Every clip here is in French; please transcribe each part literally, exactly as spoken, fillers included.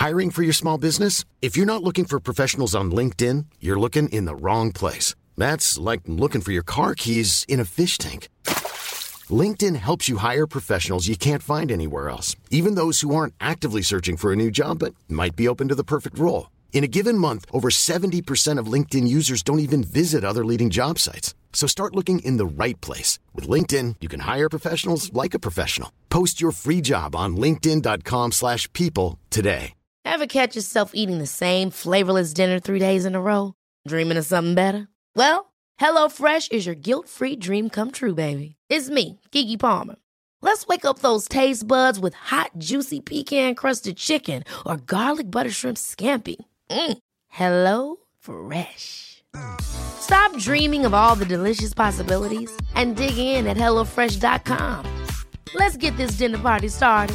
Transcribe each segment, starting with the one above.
Hiring for your small business? If you're not looking for professionals on LinkedIn, you're looking in the wrong place. That's like looking for your car keys in a fish tank. LinkedIn helps you hire professionals you can't find anywhere else, even those who aren't actively searching for a new job but might be open to the perfect role. In a given month, over seventy percent of LinkedIn users don't even visit other leading job sites. So start looking in the right place. With LinkedIn, you can hire professionals like a professional. Post your free job on linkedin.com slash people today. Ever catch yourself eating the same flavorless dinner three days in a row? Dreaming of something better? Well, HelloFresh is your guilt-free dream come true, baby. It's me, Keke Palmer. Let's wake up those taste buds with hot, juicy pecan-crusted chicken or garlic butter shrimp scampi. Mm. Hello Fresh. Stop dreaming of all the delicious possibilities and dig in at hello fresh dot com. Let's get this dinner party started.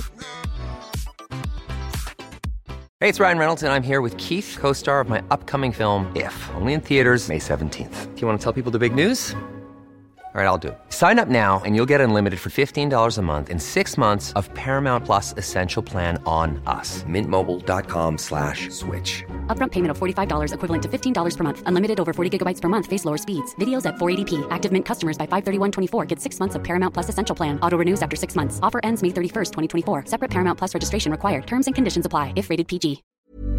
Hey, it's Ryan Reynolds, and I'm here with Keith, co-star of my upcoming film, If, only in theaters May seventeenth. Do you want to tell people the big news? All right, I'll do it. Sign up now and you'll get unlimited for fifteen dollars a month and six months of Paramount Plus Essential Plan on us. Mint Mobile dot com slash switch. Upfront payment of forty-five dollars equivalent to fifteen dollars per month. Unlimited over forty gigabytes per month. Face lower speeds. Videos at four eighty p. Active Mint customers by five thirty-one twenty-four get six months of Paramount Plus Essential Plan. Auto renews after six months. Offer ends May thirty-first, twenty twenty-four. Separate Paramount Plus registration required. Terms and conditions apply if rated P G.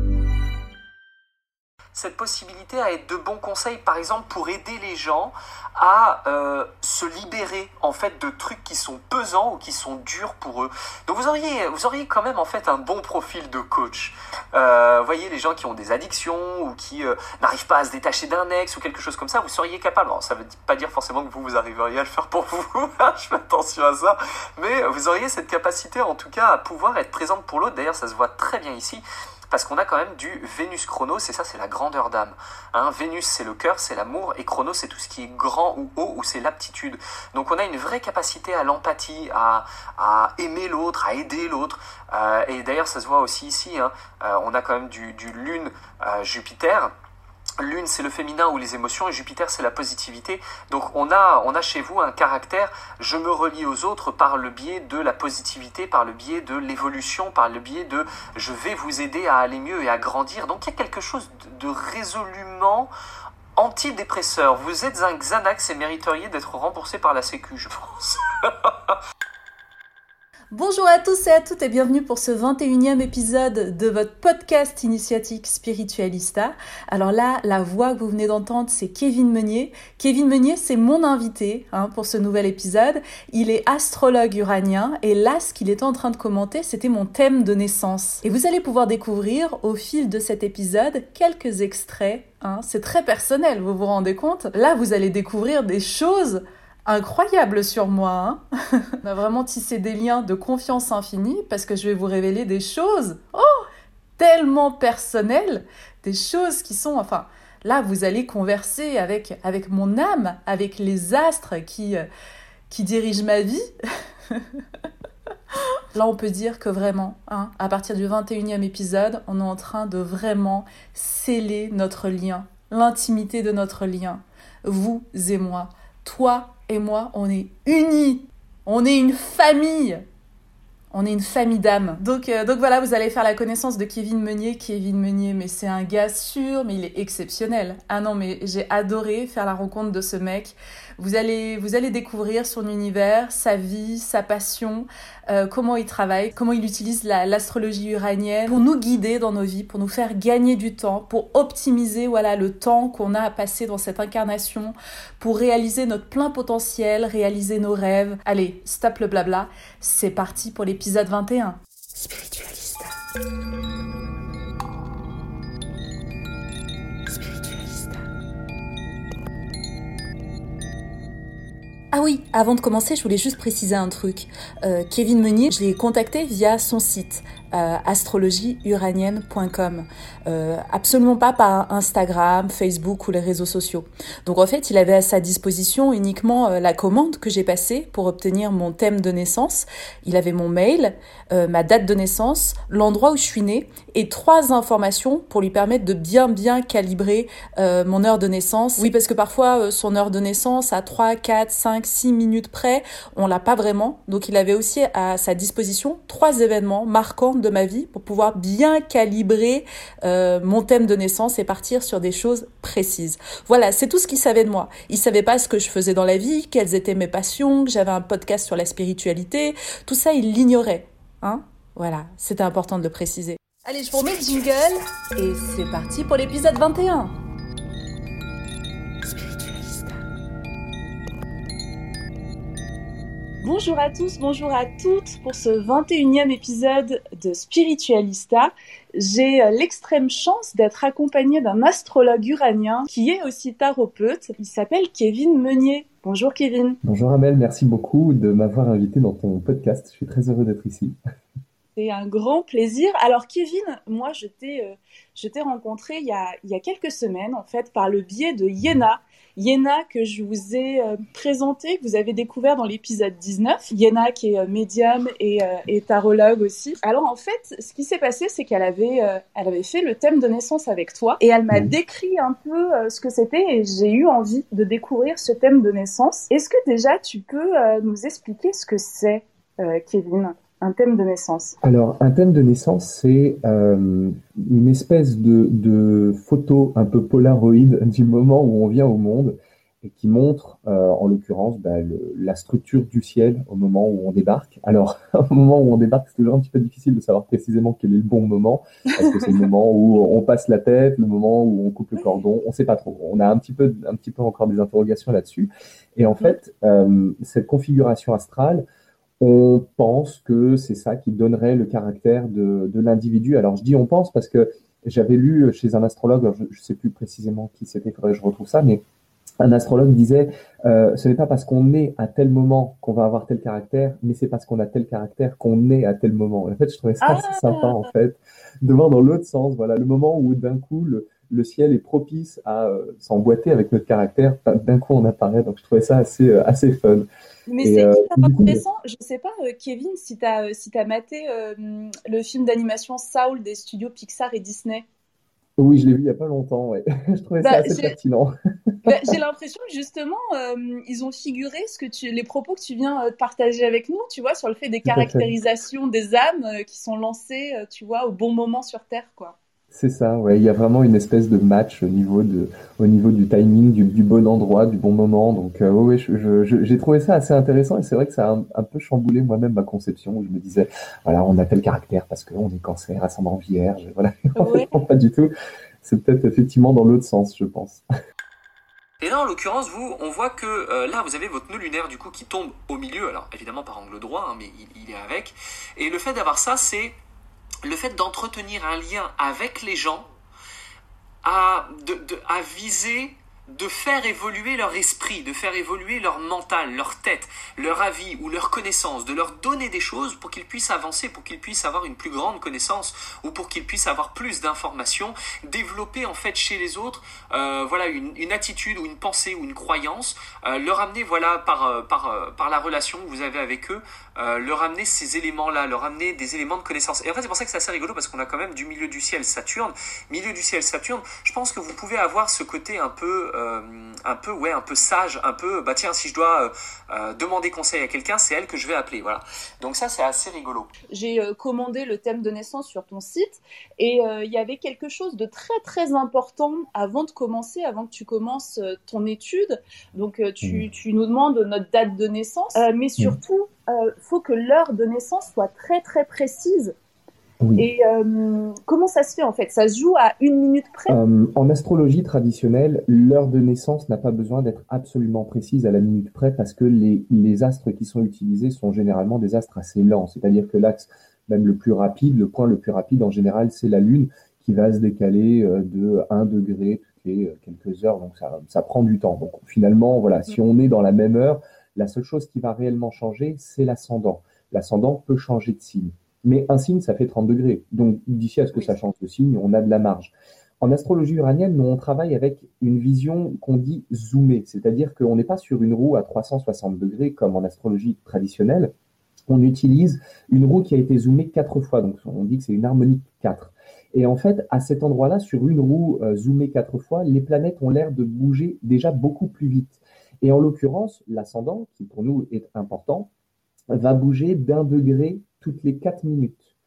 Cette possibilité à être de bons conseils, par exemple, pour aider les gens à euh, se libérer en fait de trucs qui sont pesants ou qui sont durs pour eux. Donc vous auriez, vous auriez quand même en fait un bon profil de coach. Euh, vous voyez, les gens qui ont des addictions ou qui euh, n'arrivent pas à se détacher d'un ex ou quelque chose comme ça, vous seriez capable. Alors, ça ne veut pas dire forcément que vous, vous arriveriez à le faire pour vous, je fais attention à ça, mais vous auriez cette capacité en tout cas à pouvoir être présente pour l'autre. D'ailleurs, ça se voit très bien ici. Parce qu'on a quand même du Vénus Chronos, et ça c'est la grandeur d'âme. Hein, Vénus c'est le cœur, c'est l'amour, et Chronos c'est tout ce qui est grand ou haut, ou c'est l'aptitude. Donc on a une vraie capacité à l'empathie, à, à aimer l'autre, à aider l'autre. Euh, et d'ailleurs ça se voit aussi ici, hein, euh, on a quand même du, du Lune euh, Jupiter. Lune, c'est le féminin ou les émotions, et Jupiter, c'est la positivité. Donc, on a, on a chez vous un caractère, je me relie aux autres par le biais de la positivité, par le biais de l'évolution, par le biais de je vais vous aider à aller mieux et à grandir. Donc, il y a quelque chose de, de résolument antidépresseur. Vous êtes un Xanax et mériteriez d'être remboursé par la Sécu, je pense. Bonjour à tous et à toutes et bienvenue pour ce vingt et unième épisode de votre podcast initiatique Spiritualista. Alors là, la voix que vous venez d'entendre, c'est Kevin Meunier. Kevin Meunier, c'est mon invité hein, pour ce nouvel épisode. Il est astrologue uranien et là, ce qu'il était en train de commenter, c'était mon thème de naissance. Et vous allez pouvoir découvrir au fil de cet épisode quelques extraits. Hein. C'est très personnel, vous vous rendez compte ? Là, vous allez découvrir des choses incroyable sur moi, hein. On a vraiment tissé des liens de confiance infinie parce que je vais vous révéler des choses, oh, tellement personnelles, des choses qui sont, enfin, là vous allez converser avec, avec mon âme, avec les astres qui, euh, qui dirigent ma vie. Là on peut dire que vraiment, hein, à partir du vingt et unième épisode, on est en train de vraiment sceller notre lien, l'intimité de notre lien, vous et moi, toi et moi, on est unis. On est une famille. On est une famille d'âmes. Donc, euh, donc voilà, vous allez faire la connaissance de Kevin Meunier. Kevin Meunier, mais c'est un gars sûr, mais il est exceptionnel. Ah non, mais j'ai adoré faire la rencontre de ce mec. Vous allez, vous allez découvrir son univers, sa vie, sa passion, euh, comment il travaille, comment il utilise la, l'astrologie uranienne pour nous guider dans nos vies, pour nous faire gagner du temps, pour optimiser voilà, le temps qu'on a à passer dans cette incarnation, pour réaliser notre plein potentiel, réaliser nos rêves. Allez, stop le blabla, c'est parti pour l'épisode vingt et un. Spiritualista. Ah oui, avant de commencer, je voulais juste préciser un truc. Euh, Kevin Meunier, je l'ai contacté via son site euh, astrologie uranienne point com. Euh, absolument pas par Instagram, Facebook ou les réseaux sociaux. Donc en fait, il avait à sa disposition uniquement euh, la commande que j'ai passée pour obtenir mon thème de naissance. Il avait mon mail, euh, ma date de naissance, l'endroit où je suis née et trois informations pour lui permettre de bien bien calibrer euh, mon heure de naissance. Oui, parce que parfois euh, son heure de naissance à trois, quatre, cinq, six minutes près, on l'a pas vraiment. Donc il avait aussi à sa disposition trois événements marquants de de ma vie pour pouvoir bien calibrer euh, mon thème de naissance et partir sur des choses précises. Voilà, c'est tout ce qu'il savait de moi. Il savait pas ce que je faisais dans la vie, quelles étaient mes passions, que j'avais un podcast sur la spiritualité. Tout ça, il l'ignorait. Hein ? Voilà, c'était important de le préciser. Allez, je vous remets le jingle et c'est parti pour l'épisode vingt et un. Bonjour à tous, bonjour à toutes pour ce vingt et unième épisode de Spiritualista. J'ai l'extrême chance d'être accompagnée d'un astrologue uranien qui est aussi taropeute. Il s'appelle Kevin Meunier. Bonjour Kevin. Bonjour Amel, merci beaucoup de m'avoir invité dans ton podcast. Je suis très heureux d'être ici. C'est un grand plaisir. Alors Kevin, moi je t'ai, euh, je t'ai rencontré il y, a, il y a quelques semaines en fait par le biais de Yéna. Yéna que je vous ai euh, présenté, que vous avez découvert dans l'épisode dix-neuf. Yéna qui est euh, médium et, euh, et tarologue aussi. Alors en fait, ce qui s'est passé, c'est qu'elle avait, euh, elle avait fait le thème de naissance avec toi et elle m'a mmh. décrit un peu euh, ce que c'était et j'ai eu envie de découvrir ce thème de naissance. Est-ce que déjà tu peux euh, nous expliquer ce que c'est, euh, Kevin ? Un thème de naissance. Alors, un thème de naissance, c'est euh, une espèce de, de photo un peu polaroïde du moment où on vient au monde et qui montre, euh, en l'occurrence, bah, le, la structure du ciel au moment où on débarque. Alors, au moment où on débarque, c'est toujours un petit peu difficile de savoir précisément quel est le bon moment, parce que c'est le moment où on passe la tête, le moment où on coupe le cordon, on sait pas trop. On a un petit peu, un petit peu encore des interrogations là-dessus. Et en fait, euh, cette configuration astrale, on pense que c'est ça qui donnerait le caractère de, de l'individu. Alors, je dis on pense parce que j'avais lu chez un astrologue, je ne sais plus précisément qui c'était, il faudrait que je retrouve ça, mais un astrologue disait euh, ce n'est pas parce qu'on est à tel moment qu'on va avoir tel caractère, mais c'est parce qu'on a tel caractère qu'on est à tel moment. Et en fait, je trouvais ça assez ah sympa, en fait, de voir dans l'autre sens, voilà, le moment où d'un coup, le, le ciel est propice à euh, s'emboîter avec notre caractère, d'un coup on apparaît, donc je trouvais ça assez, euh, assez fun. Mais et c'est euh, hyper intéressant. Je ne sais pas, euh, Kevin, si tu as si t'as maté euh, le film d'animation Soul des studios Pixar et Disney. Oui, je l'ai vu il n'y a pas longtemps, ouais. Je trouvais bah, ça assez j'ai... pertinent. Bah, j'ai l'impression que justement, euh, ils ont figuré ce que tu, les propos que tu viens de partager avec nous, tu vois, sur le fait des caractérisations des âmes euh, qui sont lancées, euh, tu vois, au bon moment sur Terre, quoi. C'est ça, ouais. Il y a vraiment une espèce de match au niveau de, au niveau du timing, du, du bon endroit, du bon moment. Donc, euh, ouais, je, je, je, j'ai trouvé ça assez intéressant et c'est vrai que ça a un, un peu chamboulé moi-même ma conception où je me disais, voilà, on a tel caractère parce qu'on est cancer, ascendant vierge, voilà. Ouais. Pas du tout. C'est peut-être effectivement dans l'autre sens, je pense. Et là, en l'occurrence, vous, on voit que euh, là, vous avez votre nœud lunaire du coup qui tombe au milieu. Alors, évidemment par angle droit, hein, mais il, il est avec. Et le fait d'avoir ça, c'est le fait d'entretenir un lien avec les gens à, de, de, à viser de faire évoluer leur esprit, de faire évoluer leur mental, leur tête, leur avis ou leur connaissance, de leur donner des choses pour qu'ils puissent avancer, pour qu'ils puissent avoir une plus grande connaissance ou pour qu'ils puissent avoir plus d'informations, développer en fait chez les autres euh, voilà une, une attitude ou une pensée ou une croyance, euh, leur amener voilà par, par, par la relation que vous avez avec eux, euh, leur amener ces éléments-là, leur amener des éléments de connaissance. Et en fait c'est pour ça que c'est assez rigolo parce qu'on a quand même du milieu du ciel Saturne, milieu du ciel Saturne, je pense que vous pouvez avoir ce côté un peu Euh, un peu ouais un peu sage, un peu bah tiens si je dois euh, euh, demander conseil à quelqu'un c'est elle que je vais appeler, voilà. Donc ça c'est assez rigolo. J'ai euh, commandé le thème de naissance sur ton site et il euh, y avait quelque chose de très très important avant de commencer, avant que tu commences euh, ton étude. Donc euh, tu, mmh. tu nous demandes notre date de naissance, euh, mais surtout il euh, faut que l'heure de naissance soit très très précise. Oui. Et euh, comment ça se fait en fait ? Ça se joue à une minute près ? euh, En astrologie traditionnelle, l'heure de naissance n'a pas besoin d'être absolument précise à la minute près parce que les, les astres qui sont utilisés sont généralement des astres assez lents. C'est-à-dire que l'axe même le plus rapide, le point le plus rapide en général, c'est la Lune qui va se décaler de un degré toutes les quelques heures. Donc ça, ça prend du temps. Donc finalement, voilà, si on est dans la même heure, la seule chose qui va réellement changer, c'est l'ascendant. L'ascendant peut changer de signe. Mais un signe, ça fait trente degrés. Donc, d'ici à ce que ça change de signe, on a de la marge. En astrologie uranienne, nous, on travaille avec une vision qu'on dit zoomée. C'est-à-dire qu'on n'est pas sur une roue à trois cent soixante degrés comme en astrologie traditionnelle. On utilise une roue qui a été zoomée quatre fois. Donc, on dit que c'est une harmonique quatre. Et en fait, à cet endroit-là, sur une roue euh, zoomée quatre fois, les planètes ont l'air de bouger déjà beaucoup plus vite. Et en l'occurrence, l'ascendant, qui pour nous est important, va bouger d'un degré toutes les quatre minutes.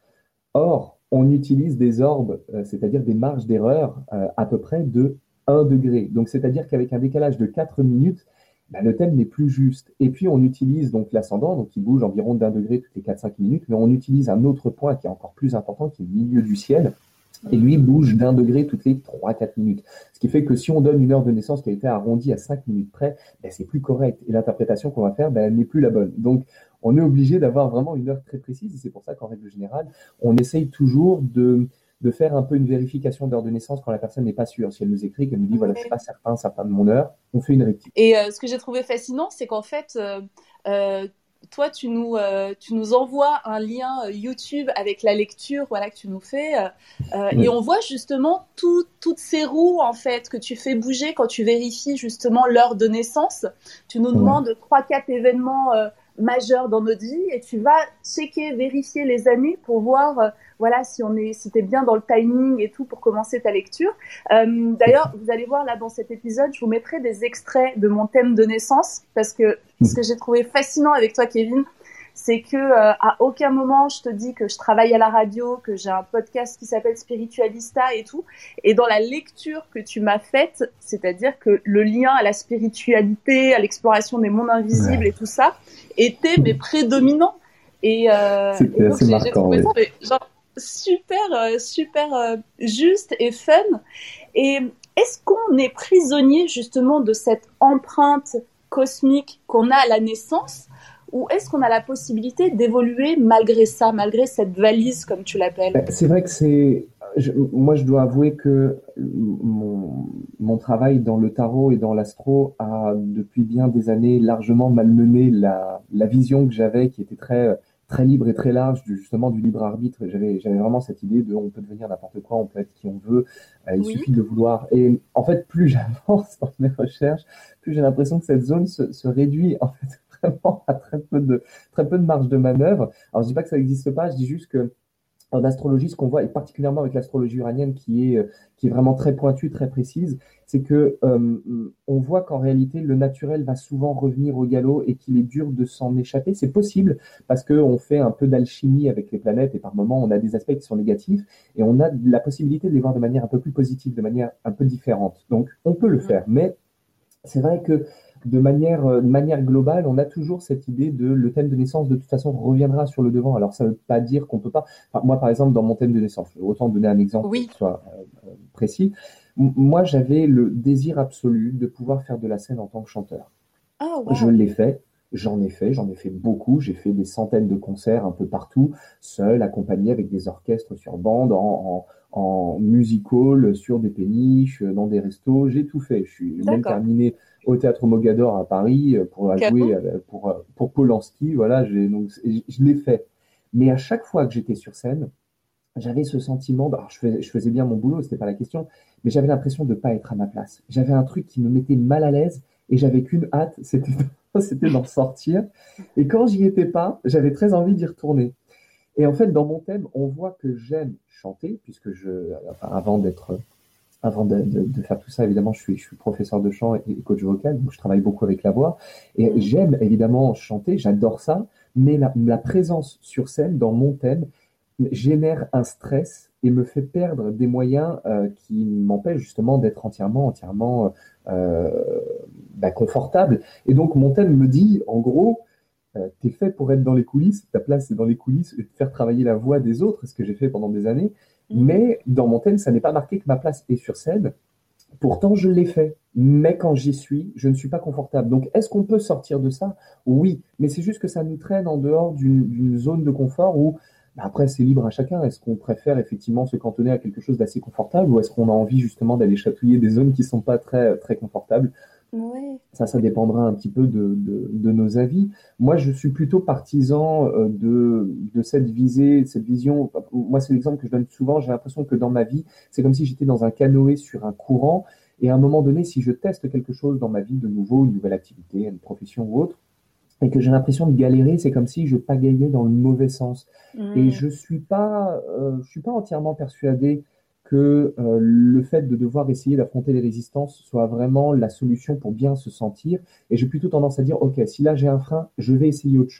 Or, on utilise des orbes, euh, c'est-à-dire des marges d'erreur euh, à peu près de un degré. Donc, c'est-à-dire qu'avec un décalage de quatre minutes, bah, le thème n'est plus juste. Et puis, on utilise donc l'ascendant, donc qui bouge environ d'un degré toutes les quatre cinq minutes, mais on utilise un autre point qui est encore plus important, qui est le milieu du ciel, et lui bouge d'un degré toutes les trois quatre minutes. Ce qui fait que si on donne une heure de naissance qui a été arrondie à cinq minutes près, ben, c'est plus correct. Et l'interprétation qu'on va faire, ben, elle n'est plus la bonne. Donc, on est obligé d'avoir vraiment une heure très précise. Et c'est pour ça qu'en règle générale, on essaye toujours de, de faire un peu une vérification d'heure de naissance quand la personne n'est pas sûre. Si elle nous écrit, qu'elle nous dit, voilà, je ne suis pas certain, ça pas de mon heure, on fait une rectification. Et euh, ce que j'ai trouvé fascinant, c'est qu'en fait, euh, euh, toi, tu nous, euh, tu nous envoies un lien euh, YouTube avec la lecture, voilà, que tu nous fais, euh, euh, Oui. et on voit justement tout, toutes ces roues en fait que tu fais bouger quand tu vérifies justement l'heure de naissance. Tu nous Ouais. demandes trois, quatre événements euh, majeurs dans notre vie, et tu vas checker, vérifier les années pour voir, euh, voilà, si on est, si t'es bien dans le timing et tout pour commencer ta lecture. Euh, d'ailleurs, vous allez voir là dans cet épisode, je vous mettrai des extraits de mon thème de naissance, parce que ce que j'ai trouvé fascinant avec toi, Kevin, c'est que euh, à aucun moment je te dis que je travaille à la radio, que j'ai un podcast qui s'appelle Spiritualista et tout. Et dans la lecture que tu m'as faite, c'est-à-dire que le lien à la spiritualité, à l'exploration des mondes invisibles Ouais. et tout ça, était mais prédominant. Et, euh, C'était et donc assez j'ai, j'ai marquant, trouvé oui. ça mais, genre super, euh, super euh, juste et fun. Et est-ce qu'on est prisonnier justement de cette empreinte cosmique qu'on a à la naissance, ou est-ce qu'on a la possibilité d'évoluer malgré ça, malgré cette valise comme tu l'appelles? Ben, C'est vrai que c'est. je- moi, je dois avouer que mon, mon travail dans le tarot et dans l'astro a, depuis bien des années, largement malmené la, la vision que j'avais, qui était très, très libre et très large, du, justement, du libre arbitre. J'avais, j'avais vraiment cette idée de on peut devenir n'importe quoi, on peut être qui on veut, euh, il Oui. suffit de le vouloir. Et en fait, plus j'avance dans mes recherches, plus j'ai l'impression que cette zone se, se réduit, en fait, vraiment à très peu de, très peu de marge de manœuvre. Alors, je dis pas que ça n'existe pas, je dis juste que en astrologie, ce qu'on voit, et particulièrement avec l'astrologie uranienne qui est, euh, qui est vraiment très pointue, très précise, c'est que euh, on voit qu'en réalité, le naturel va souvent revenir au galop et qu'il est dur de s'en échapper. C'est possible parce qu'on fait un peu d'alchimie avec les planètes et par moments, on a des aspects qui sont négatifs et on a la possibilité de les voir de manière un peu plus positive, de manière un peu différente. Donc, on peut le faire, mais c'est vrai que de manière, euh, de manière globale, on a toujours cette idée de le thème de naissance, de toute façon, reviendra sur le devant. Alors, ça ne veut pas dire qu'on peut pas. Enfin, moi, par exemple, dans mon thème de naissance, je vais autant donner un exemple Oui. qui soit euh, précis. M- moi, j'avais le désir absolu de pouvoir faire de la scène en tant que chanteur. Ah, Je wow. l'ai fait, j'en ai fait, j'en ai fait beaucoup. J'ai fait des centaines de concerts un peu partout, seul, accompagné avec des orchestres sur bande, en, en, en music hall, sur des péniches, dans des restos. J'ai tout fait. Je suis même D'accord. terminé au Théâtre Mogador à Paris euh, pour Cadeau. jouer euh, pour, euh, pour Polanski. Voilà, j'ai, donc, je, je l'ai fait. Mais à chaque fois que j'étais sur scène, j'avais ce sentiment, bah, alors je faisais, je faisais bien mon boulot, c'était pas la question, mais j'avais l'impression de pas être à ma place. J'avais un truc qui me mettait mal à l'aise et j'avais qu'une hâte, c'était, c'était d'en sortir. Et quand j'y étais pas, j'avais très envie d'y retourner. Et en fait, dans mon thème, on voit que j'aime chanter, puisque je, enfin, avant d'être, avant de, de- de faire tout ça, évidemment, je suis, je suis professeur de chant et, et coach vocal, donc je travaille beaucoup avec la voix. Et Mhm. j'aime évidemment chanter, j'adore ça, mais la, la présence sur scène dans mon thème génère un stress et me fait perdre des moyens euh, qui m'empêchent justement d'être entièrement, entièrement euh, bah, confortable. Et donc mon thème me dit, en gros, euh, t'es fait pour être dans les coulisses, ta place c'est dans les coulisses et de faire travailler la voix des autres, ce que j'ai fait pendant des années. Mhm. Mais dans mon thème, ça n'est pas marqué que ma place est sur scène. Pourtant, je l'ai fait. Mais quand j'y suis, je ne suis pas confortable. Donc, est-ce qu'on peut sortir de ça? Oui, mais c'est juste que ça nous traîne en dehors d'une d'une zone de confort où, bah, après, c'est libre à chacun. Est-ce qu'on préfère effectivement se cantonner à quelque chose d'assez confortable ou est-ce qu'on a envie justement d'aller chatouiller des zones qui sont pas très, très confortables? Ouais. Ça, ça dépendra un petit peu de, de, de nos avis. Moi, je suis plutôt partisan euh, de, de cette visée, de cette vision. Moi, c'est l'exemple que je donne souvent. J'ai l'impression que dans ma vie, c'est comme si j'étais dans un canoë sur un courant. Et à un moment donné, si je teste quelque chose dans ma vie de nouveau, une nouvelle activité, une profession ou autre, et que j'ai l'impression de galérer, c'est comme si je pagayais dans le mauvais sens. Et Mhm. je suis pas, euh, je suis pas entièrement persuadé que euh, le fait de devoir essayer d'affronter les résistances soit vraiment la solution pour bien se sentir. Et j'ai plutôt tendance à dire, OK, si là j'ai un frein, je vais essayer autre chose.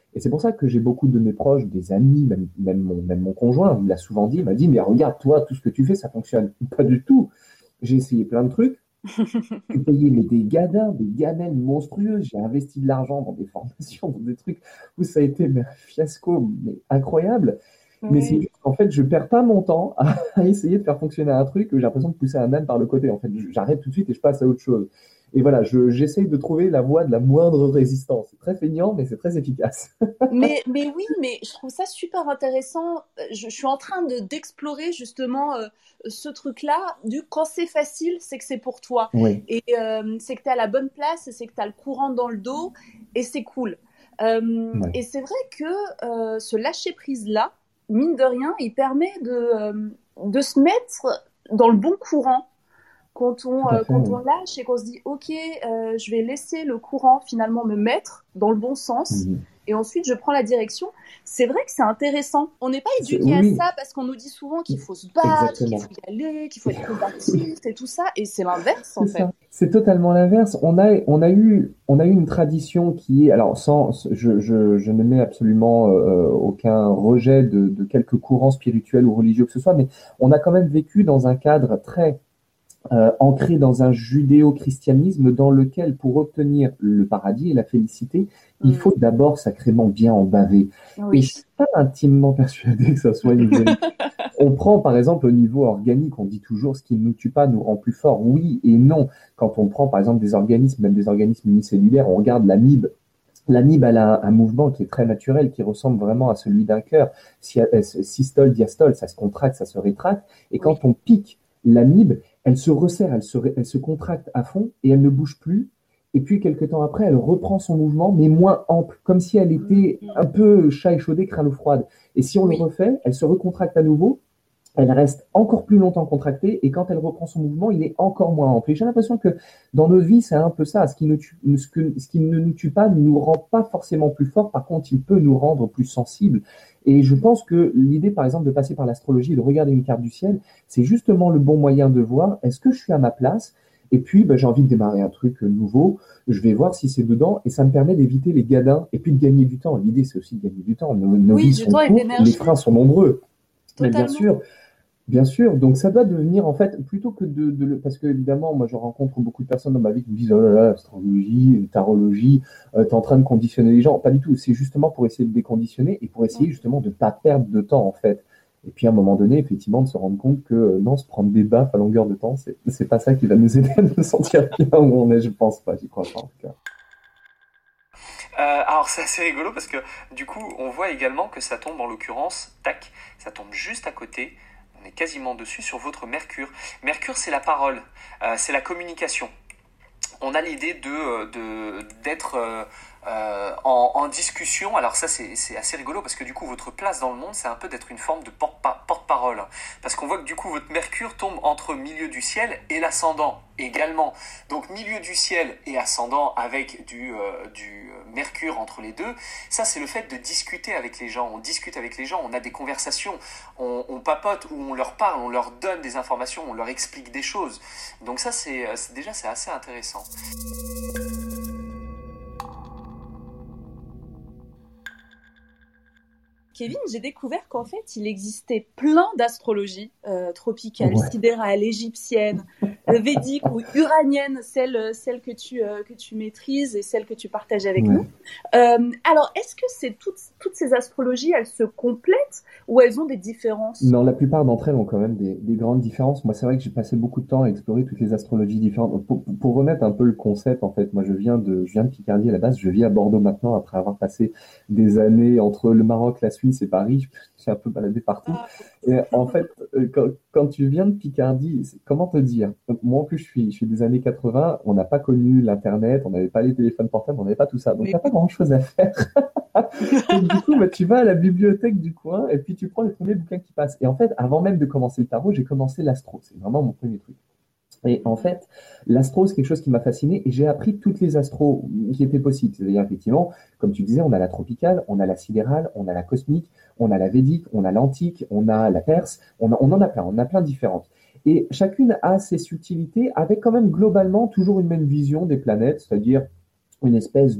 Et c'est pour ça que j'ai beaucoup de mes proches, des amis, même, même, mon, même mon conjoint, il me l'a souvent dit, il m'a dit, mais regarde, toi, tout ce que tu fais, ça fonctionne. Pas du tout. J'ai essayé plein de trucs. J'ai payé mais des gadins, des gamelles monstrueuses. J'ai investi de l'argent dans des formations, dans des trucs où ça a été mais, un fiasco mais incroyable. Mais c'est Oui. juste qu'en fait, je perds pas mon temps à, à essayer de faire fonctionner un truc que j'ai l'impression de pousser un âne par le côté. En fait, j'arrête tout de suite et je passe à autre chose. Et voilà, je, j'essaye de trouver la voie de la moindre résistance. C'est très feignant, mais c'est très efficace. Mais, mais oui, mais je trouve ça super intéressant. Euh, Je, je suis en train de d'explorer justement euh, ce truc-là. Du quand c'est facile, c'est que c'est pour toi. Oui, Et euh, c'est que tu es à la bonne place, c'est que tu as le courant dans le dos et c'est cool. Euh, ouais, et c'est vrai que euh, ce lâcher-prise-là, mine de rien, il permet de, euh, de se mettre dans le bon courant. Quand tout on, à euh, fait. quand on Oui. lâche et qu'on se dit, OK, euh, je vais laisser le courant finalement me mettre dans le bon sens Mhm. et ensuite je prends la direction, c'est vrai que c'est intéressant. On n'est pas C'est- éduqué à oui, ça parce qu'on nous dit souvent qu'il faut se battre, qu'il exactement. faut y aller, qu'il faut être combatif et tout ça, et c'est l'inverse en C'est fait. ça. C'est totalement l'inverse. On a, on a eu, on a eu une tradition qui est, alors sans, je, je, je ne mets absolument euh, aucun rejet de, de quelque courant spirituel ou religieux que ce soit, mais on a quand même vécu dans un cadre très euh, ancré dans un judéo-christianisme dans lequel, pour obtenir le paradis et la félicité, il Mm. faut d'abord sacrément bien en baver. Et je Oui. suis pas intimement persuadé que ça soit une vérité. On prend par exemple au niveau organique, on dit toujours ce qui ne nous tue pas nous rend plus fort. Oui et non. Quand on prend par exemple des organismes, même des organismes unicellulaires, on regarde l'amibe. L'amibe, elle a un, un mouvement qui est très naturel, qui ressemble vraiment à celui d'un cœur. Si- euh, Systole, diastole, ça se contracte, ça se rétracte. Et Oui. quand on pique l'amibe, elle se resserre, elle se, ré- elle se contracte à fond et elle ne bouge plus. Et puis, quelques temps après, elle reprend son mouvement, mais moins ample, comme si elle était Mm. un peu chat échaudé, crâne ou froide. Et si on le Oui. refait, elle se recontracte à nouveau, elle reste encore plus longtemps contractée et quand elle reprend son mouvement, il est encore moins ample. Et j'ai l'impression que dans notre vie, c'est un peu ça. Ce qui, ne tue- ce, que- ce qui ne nous tue pas ne nous rend pas forcément plus fort. Par contre, il peut nous rendre plus sensibles. Et je pense que l'idée, par exemple, de passer par l'astrologie et de regarder une carte du ciel, c'est justement le bon moyen de voir est-ce que je suis à ma place? Et puis, ben, j'ai envie de démarrer un truc nouveau. Je vais voir si c'est dedans et ça me permet d'éviter les gadins et puis de gagner du temps. L'idée, c'est aussi de gagner du temps. Nos, nos Oui, vies du sont temps et de courtes, les l'énergie, freins sont nombreux. Mais bien totalement. sûr, bien sûr, donc ça doit devenir en fait plutôt que de, de le parce que évidemment moi je rencontre beaucoup de personnes dans ma vie qui me disent oh là là astrologie, tarologie, euh, t'es en train de conditionner les gens. Pas du tout, c'est justement pour essayer de déconditionner et pour essayer justement de pas perdre de temps en fait. Et puis à un moment donné, effectivement, de se rendre compte que euh, non, se prendre des baffes à longueur de temps, c'est c'est pas ça qui va nous aider à nous sentir bien où on est, je pense pas, j'y crois pas en tout cas. Euh, alors c'est assez rigolo parce que du coup on voit également que ça tombe en l'occurrence, tac, ça tombe juste à côté, on est quasiment dessus sur votre Mercure. Mercure c'est la parole, euh, c'est la communication. On a l'idée de, de d'être euh, euh, en, en discussion. Alors ça c'est, c'est assez rigolo parce que du coup votre place dans le monde c'est un peu d'être une forme de porte- porte-parole. Parce qu'on voit que du coup votre Mercure tombe entre milieu du ciel et l'ascendant également. Donc milieu du ciel et ascendant avec du, euh, du Mercure entre les deux, ça c'est le fait de discuter avec les gens. On discute avec les gens, on a des conversations, on, on papote ou on leur parle, on leur donne des informations, on leur explique des choses. Donc ça c'est, c'est déjà c'est assez intéressant. Kevin, j'ai découvert qu'en fait, il existait plein d'astrologies euh, tropicales, Ouais. sidérales, égyptiennes, euh, védiques ou uraniennes, celles, celles que, tu, euh, que tu maîtrises et celles que tu partages avec Ouais. nous. Euh, alors, est-ce que c'est toutes, toutes ces astrologies, elles se complètent ou elles ont des différences? Non, la plupart d'entre elles ont quand même des, des grandes différences. Moi, c'est vrai que j'ai passé beaucoup de temps à explorer toutes les astrologies différentes. Pour, pour remettre un peu le concept, en fait, moi, je viens de, je viens de Picardie à la base. Je vis à Bordeaux maintenant après avoir passé des années entre le Maroc, la Suisse et Paris. Je suis un peu baladé partout. Ah, Et en fait, euh, quand, quand tu viens de Picardie, c'est- comment te dire? Moi, en plus, je suis, je suis des années quatre-vingts. On n'a pas connu l'Internet, on n'avait pas les téléphones portables, on n'avait pas tout ça. Donc, mais t'as pas grand-chose à faire. Donc, du coup, bah, tu vas à la bibliothèque du coin et puis tu prends les premiers bouquins qui passent. Et en fait, avant même de commencer le tarot, j'ai commencé l'astro. C'est vraiment mon premier truc. Et en fait, l'astro, c'est quelque chose qui m'a fasciné et j'ai appris toutes les astros qui étaient possibles. C'est-à-dire, effectivement, comme tu disais, on a la tropicale, on a la sidérale, on a la cosmique, on a la védique, on a l'antique, on a la perse, on, a- on en a plein, on en a plein différentes. Et chacune a ses subtilités avec quand même globalement toujours une même vision des planètes, c'est-à-dire une espèce de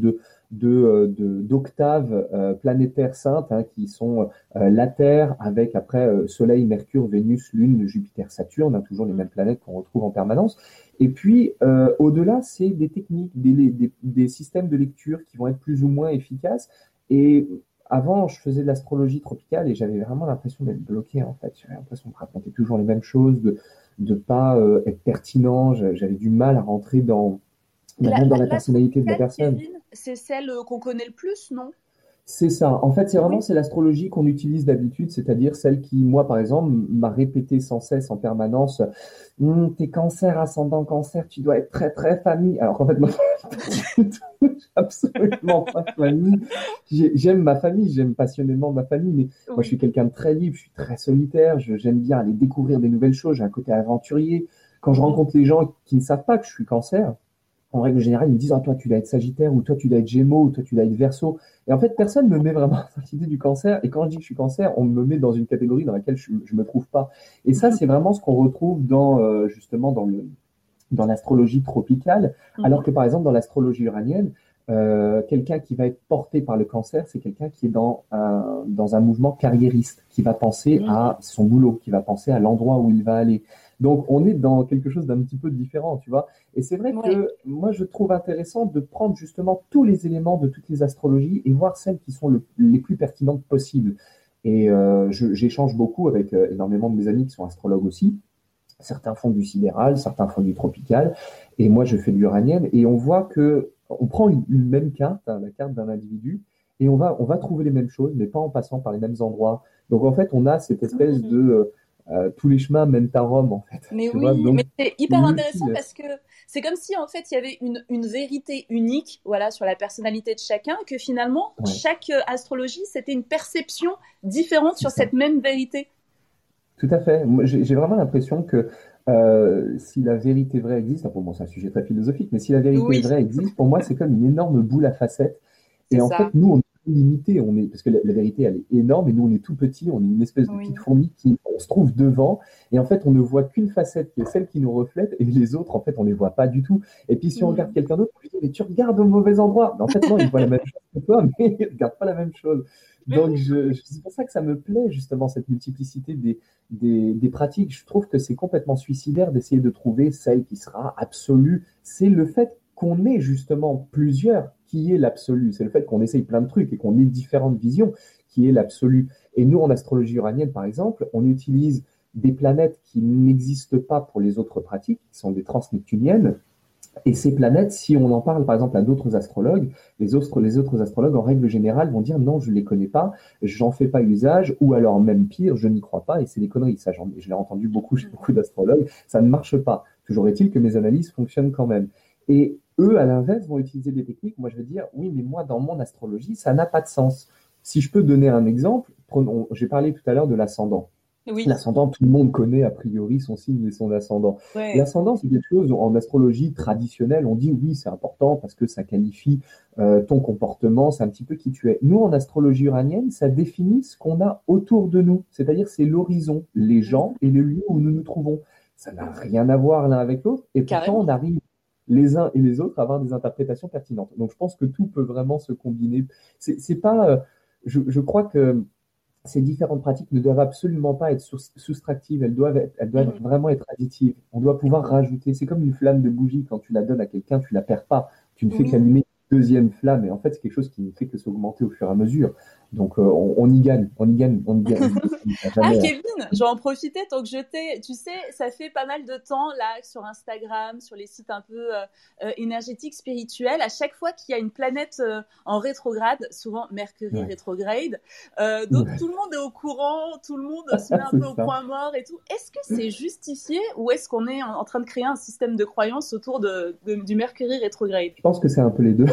de, euh, de- d'octaves euh, planétaires saintes hein, qui sont euh, la Terre avec après euh, Soleil, Mercure, Vénus, Lune, Jupiter, Saturne, hein, toujours les mêmes planètes qu'on retrouve en permanence. Et puis euh, au-delà, c'est des techniques, des, des, des systèmes de lecture qui vont être plus ou moins efficaces. Et avant, je faisais de l'astrologie tropicale et j'avais vraiment l'impression d'être bloqué en fait. J'avais l'impression de raconter toujours les mêmes choses, de de pas euh, être pertinent. J'a- J'avais du mal à rentrer dans bah, La, même dans la, la la personnalité de la tropicale, personne. Kevin, c'est celle euh, qu'on connaît le plus, non? C'est ça. En fait, c'est vraiment Oui. c'est l'astrologie qu'on utilise d'habitude, c'est-à-dire celle qui, moi, par exemple, m'a répété sans cesse en permanence, Hum, t'es cancer, ascendant cancer, tu dois être très très famille. Alors qu'en fait, moi, pas du tout. J'ai absolument pas de famille. J'ai- J'aime ma famille, j'aime passionnément ma famille, mais moi, je Oui. suis quelqu'un de très libre, je suis très solitaire, je- j'aime bien aller découvrir des nouvelles choses, j'ai un côté aventurier. Quand je Mhm. rencontre les gens qui ne savent pas que je suis cancer, en règle générale, ils me disent, ah, toi, tu dois être Sagittaire, ou toi, tu dois être Gémeaux, ou toi, tu dois être Verseau. Et en fait, personne ne me met vraiment cette idée du cancer. Et quand je dis que je suis cancer, on me met dans une catégorie dans laquelle je ne me trouve pas. Et ça, c'est vraiment ce qu'on retrouve dans, euh, justement, dans le, dans l'astrologie tropicale. Alors Mhm. que, par exemple, dans l'astrologie uranienne, euh, quelqu'un qui va être porté par le cancer, c'est quelqu'un qui est dans un, dans un mouvement carriériste, qui va penser Mhm. à son boulot, qui va penser à l'endroit où il va aller. Donc, on est dans quelque chose d'un petit peu différent, tu vois. Et c'est vrai Ouais. que moi, je trouve intéressant de prendre justement tous les éléments de toutes les astrologies et voir celles qui sont le- les plus pertinentes possibles. Et euh, je- j'échange beaucoup avec euh, énormément de mes amis qui sont astrologues aussi. Certains font du sidéral, certains font du tropical, et moi je fais de l'uranienne. Et on voit que on prend une, une même carte, hein, la carte d'un individu, et on va, on va trouver les mêmes choses, mais pas en passant par les mêmes endroits. Donc en fait, on a cette espèce de Mhm. euh, euh, tous les chemins mènent à Rome, en fait. Mais Tu vois, oui, mais donc c'est c'est hyper intéressant multiple. parce que c'est comme si en fait il y avait une, une vérité unique, voilà, sur la personnalité de chacun, que finalement Ouais, chaque euh, astrologie c'était une perception différente c'est sur ça. cette même vérité. Tout à fait. Moi, j'ai j'ai vraiment l'impression que euh, si la vérité vraie existe, enfin, pour moi c'est un sujet très philosophique, mais si la vérité Oui, vraie existe, pour moi c'est comme une énorme boule à facettes. c'est Et en fait, ça. nous, on est limité, on est, parce que la, la vérité, elle est énorme, et nous, on est tout petit, on est une espèce de petite Oui. fourmi qui on se trouve devant, et en fait, on ne voit qu'une facette qui est celle qui nous reflète, et les autres, en fait, on les voit pas du tout. Et puis, si on regarde Mhm. quelqu'un d'autre, on lui dit, mais tu regardes au mauvais endroit. Mais en fait, non, il voit la même chose que toi, mais il regarde pas la même chose. Mais Donc, oui. je, je- c'est pour ça que ça me plaît, justement, cette multiplicité des, des, des pratiques. Je trouve que c'est complètement suicidaire d'essayer de trouver celle qui sera absolue. C'est le fait qu'on ait justement plusieurs qui est l'absolu. C'est le fait qu'on essaye plein de trucs et qu'on ait différentes visions qui est l'absolu. Et nous, en astrologie uranienne, par exemple, on utilise des planètes qui n'existent pas pour les autres pratiques, qui sont des transneptuniennes. Et ces planètes, si on en parle par exemple à d'autres astrologues, les autres, les autres astrologues en règle générale vont dire non, je ne les connais pas, j'en fais pas usage, ou alors même pire, je n'y crois pas, et c'est des conneries. Ça, j'en- je l'ai entendu beaucoup chez beaucoup d'astrologues, ça ne marche pas. Toujours est-il que mes analyses fonctionnent quand même. Et eux, à l'inverse, vont utiliser des techniques. Moi, je vais dire, oui, mais moi, dans mon astrologie, ça n'a pas de sens. Si je peux donner un exemple, prenons, j'ai parlé tout à l'heure de l'ascendant. Oui. L'ascendant, tout le monde connaît a priori son signe et son ascendant. Ouais. L'ascendant, c'est quelque chose en astrologie traditionnelle, on dit oui, c'est important parce que ça qualifie euh, ton comportement, c'est un petit peu qui tu es. Nous, en astrologie uranienne, ça définit ce qu'on a autour de nous, c'est-à-dire c'est l'horizon, les gens et les lieux où nous nous trouvons. Ça n'a rien à voir l'un avec l'autre et pourtant on Carrément. arrive les uns et les autres à avoir des interprétations pertinentes. Donc je pense que tout peut vraiment se combiner. C'est c'est pas, euh, je, je crois que ces différentes pratiques ne doivent absolument pas être sous- soustractives, elles doivent être, elles doivent Mhm. vraiment être additives. On doit pouvoir rajouter. C'est comme une flamme de bougie, quand tu la donnes à quelqu'un, tu la perds pas. Tu ne fais Oui. qu'allumer une deuxième flamme, et en fait, c'est quelque chose qui ne fait que s'augmenter au fur et à mesure. Donc, euh, on, on y gagne, on y gagne, on y gagne. On y gagne Ah, jamais. Kevin, je vais en profiter tant que je t'ai. Tu sais, ça fait pas mal de temps là sur Instagram, sur les sites un peu euh, euh, énergétiques, spirituels. À chaque fois qu'il y a une planète euh, en rétrograde, souvent Mercury Ouais. rétrograde, euh, donc Ouais. tout le monde est au courant, tout le monde se met un C'est peu au ça. point mort et tout. Est-ce que c'est justifié ou est-ce qu'on est en, en train de créer un système de croyance autour de, de- du Mercury rétrograde? Je pense que c'est un peu les deux.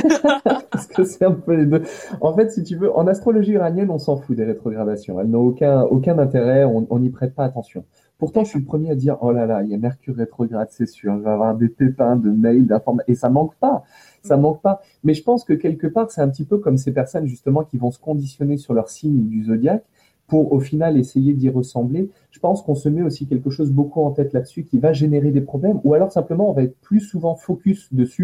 Parce que c'est un peu les deux. En fait, si tu veux, en astrologie iranienne, on s'en fout des rétrogradations. Elles n'ont aucun, aucun intérêt, on n'y prête pas attention. Pourtant, je suis le premier à dire, oh là là, il y a Mercure rétrograde, c'est sûr, je vais avoir des pépins de mails, d'informations, et ça manque pas. Ça manque pas. Mais je pense que quelque part, c'est un petit peu comme ces personnes, justement, qui vont se conditionner sur leur signe du zodiaque pour, au final, essayer d'y ressembler. Je pense qu'on se met aussi quelque chose beaucoup en tête là-dessus qui va générer des problèmes, ou alors simplement, on va être plus souvent focus dessus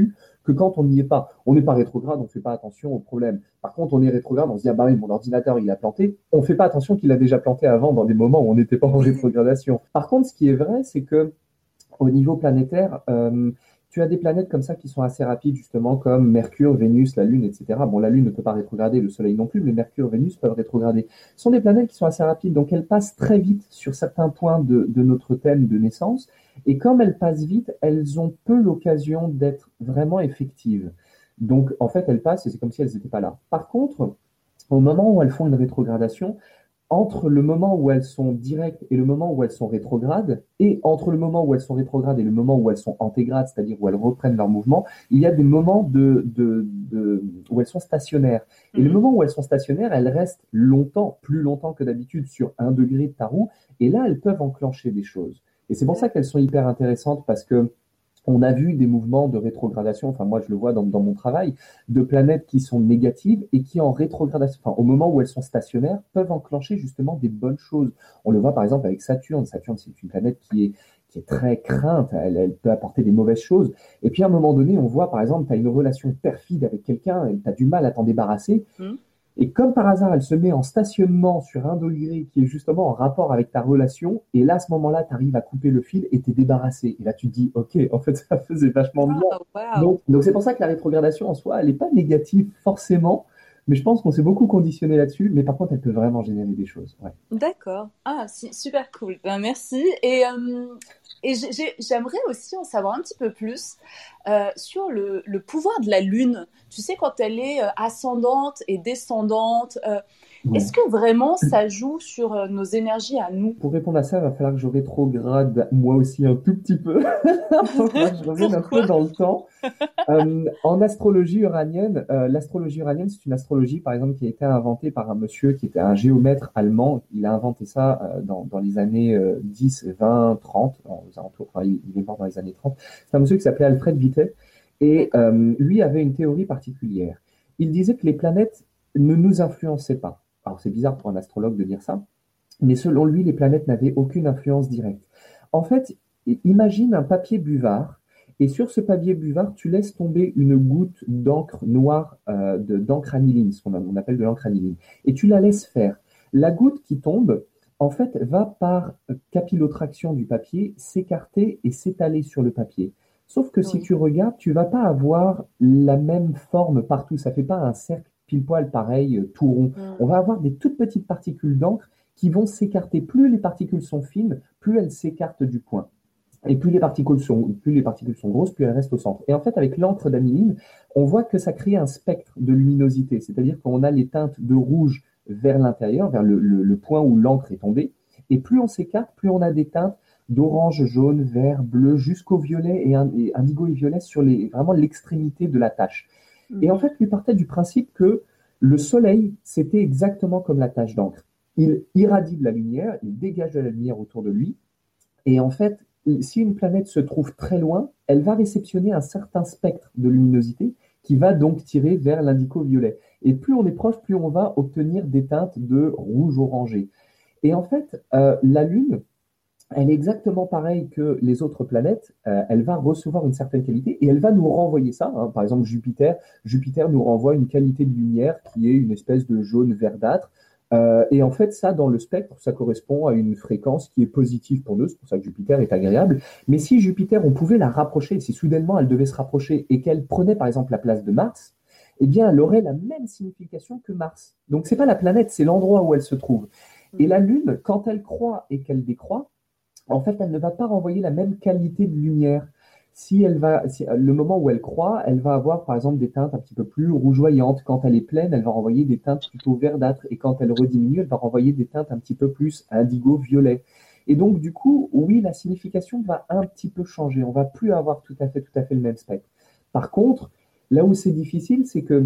que quand on n'y est pas. On n'est pas rétrograde, on ne fait pas attention au problème. Par contre, on est rétrograde, on se dit, ah bah oui, mon ordinateur, il a planté. On ne fait pas attention qu'il a déjà planté avant dans des moments où on n'était pas en rétrogradation. Par contre, ce qui est vrai, c'est que au niveau planétaire, euh, tu as des planètes comme ça qui sont assez rapides, justement, comme Mercure, Vénus, la Lune, et cetera. Bon, la Lune ne peut pas rétrograder, le Soleil non plus, mais Mercure, Vénus peuvent rétrograder. Ce sont des planètes qui sont assez rapides, donc elles passent très vite sur certains points de, de notre thème de naissance. Et comme elles passent vite, elles ont peu l'occasion d'être vraiment effectives. Donc, en fait, elles passent et c'est comme si elles n'étaient pas là. Par contre, au moment où elles font une rétrogradation, entre le moment où elles sont directes et le moment où elles sont rétrogrades, et entre le moment où elles sont rétrogrades et le moment où elles sont antégrades, c'est-à-dire où elles reprennent leur mouvement, il y a des moments de, de, de, où elles sont stationnaires. Et mm-hmm. le moment où elles sont stationnaires, elles restent longtemps, plus longtemps que d'habitude, sur un degré de ta roue, et là, elles peuvent enclencher des choses. Et c'est pour ça qu'elles sont hyper intéressantes, parce que on a vu des mouvements de rétrogradation, enfin moi je le vois dans, dans mon travail, de planètes qui sont négatives et qui en rétrogradation, enfin au moment où elles sont stationnaires, peuvent enclencher justement des bonnes choses. On le voit par exemple avec Saturne. Saturne, c'est une planète qui est, qui est très crainte, elle, elle peut apporter des mauvaises choses. Et puis à un moment donné, on voit par exemple, tu as une relation perfide avec quelqu'un et tu as du mal à t'en débarrasser. Mmh. Et comme par hasard, elle se met en stationnement sur un degré qui est justement en rapport avec ta relation. Et là, à ce moment-là, tu arrives à couper le fil et t'es débarrassé. Et là, tu te dis, OK, en fait, ça faisait vachement bien. Oh, wow. Donc, donc, c'est pour ça que la rétrogradation en soi, elle n'est pas négative forcément. Mais je pense qu'on s'est beaucoup conditionné là-dessus. Mais par contre, elle peut vraiment générer des choses. Ouais. D'accord. Ah, si, super cool. Ben, merci. Et, euh, et j'ai, j'ai, j'aimerais aussi en savoir un petit peu plus euh, sur le, le pouvoir de la Lune. Tu sais, quand elle est euh, ascendante et descendante, euh, ouais. Est-ce que vraiment ça joue sur euh, nos énergies à nous? Pour répondre à ça, il va falloir que je rétrograde moi aussi un tout petit peu. Faut que je revienne un peu dans le temps. Euh, en astrologie uranienne, euh, l'astrologie uranienne, c'est une astrologie, par exemple, qui a été inventée par un monsieur qui était un géomètre allemand. Il a inventé ça euh, dans, dans les années euh, dix, vingt, trente, aux alentours, enfin, il, il est mort dans les années trente. C'est un monsieur qui s'appelait Alfred Vitet. Et euh, lui avait une théorie particulière. Il disait que les planètes ne nous influençaient pas. Alors c'est bizarre pour un astrologue de dire ça, mais selon lui, les planètes n'avaient aucune influence directe. En fait, imagine un papier buvard, et sur ce papier buvard, tu laisses tomber une goutte d'encre noire, euh, de, d'encre aniline, ce qu'on on appelle de l'encre aniline, et tu la laisses faire. La goutte qui tombe, en fait, va par capillotraction du papier s'écarter et s'étaler sur le papier. Sauf que oui. Si tu regardes, tu ne vas pas avoir la même forme partout. Ça ne fait pas un cercle pile poil pareil, tout rond. Mmh. On va avoir des toutes petites particules d'encre qui vont s'écarter. Plus les particules sont fines, plus elles s'écartent du point. Et plus les particules sont, plus les particules sont grosses, plus elles restent au centre. Et en fait, avec l'encre d'aniline, on voit que ça crée un spectre de luminosité. C'est-à-dire qu'on a les teintes de rouge vers l'intérieur, vers le, le, le point où l'encre est tombée. Et plus on s'écarte, plus on a des teintes d'orange, jaune, vert, bleu, jusqu'au violet et, et indigo et violet sur les, vraiment l'extrémité de la tache. Mmh. Et en fait, lui partait du principe que le soleil, c'était exactement comme la tache d'encre. Il irradie de la lumière, il dégage de la lumière autour de lui. Et en fait, si une planète se trouve très loin, elle va réceptionner un certain spectre de luminosité qui va donc tirer vers l'indigo-violet. Et plus on est proche, plus on va obtenir des teintes de rouge orangé. Et en fait, euh, la Lune, elle est exactement pareille que les autres planètes, euh, elle va recevoir une certaine qualité et elle va nous renvoyer ça. Hein. Par exemple, Jupiter, Jupiter nous renvoie une qualité de lumière qui est une espèce de jaune verdâtre. Euh, et en fait, ça, dans le spectre, ça correspond à une fréquence qui est positive pour nous. C'est pour ça que Jupiter est agréable. Mais si Jupiter, on pouvait la rapprocher, si soudainement elle devait se rapprocher et qu'elle prenait par exemple la place de Mars, eh bien, elle aurait la même signification que Mars. Donc, c'est pas la planète, c'est l'endroit où elle se trouve. Et la Lune, quand elle croît et qu'elle décroît, en fait, elle ne va pas renvoyer la même qualité de lumière. Si elle va, si, le moment où elle croît, elle va avoir par exemple des teintes un petit peu plus rougeoyantes. Quand elle est pleine, elle va renvoyer des teintes plutôt verdâtres. Et quand elle rediminue, elle va renvoyer des teintes un petit peu plus indigo-violet. Et donc, du coup, oui, la signification va un petit peu changer. On va plus avoir tout à fait, tout à fait le même spectre. Par contre, là où c'est difficile, c'est que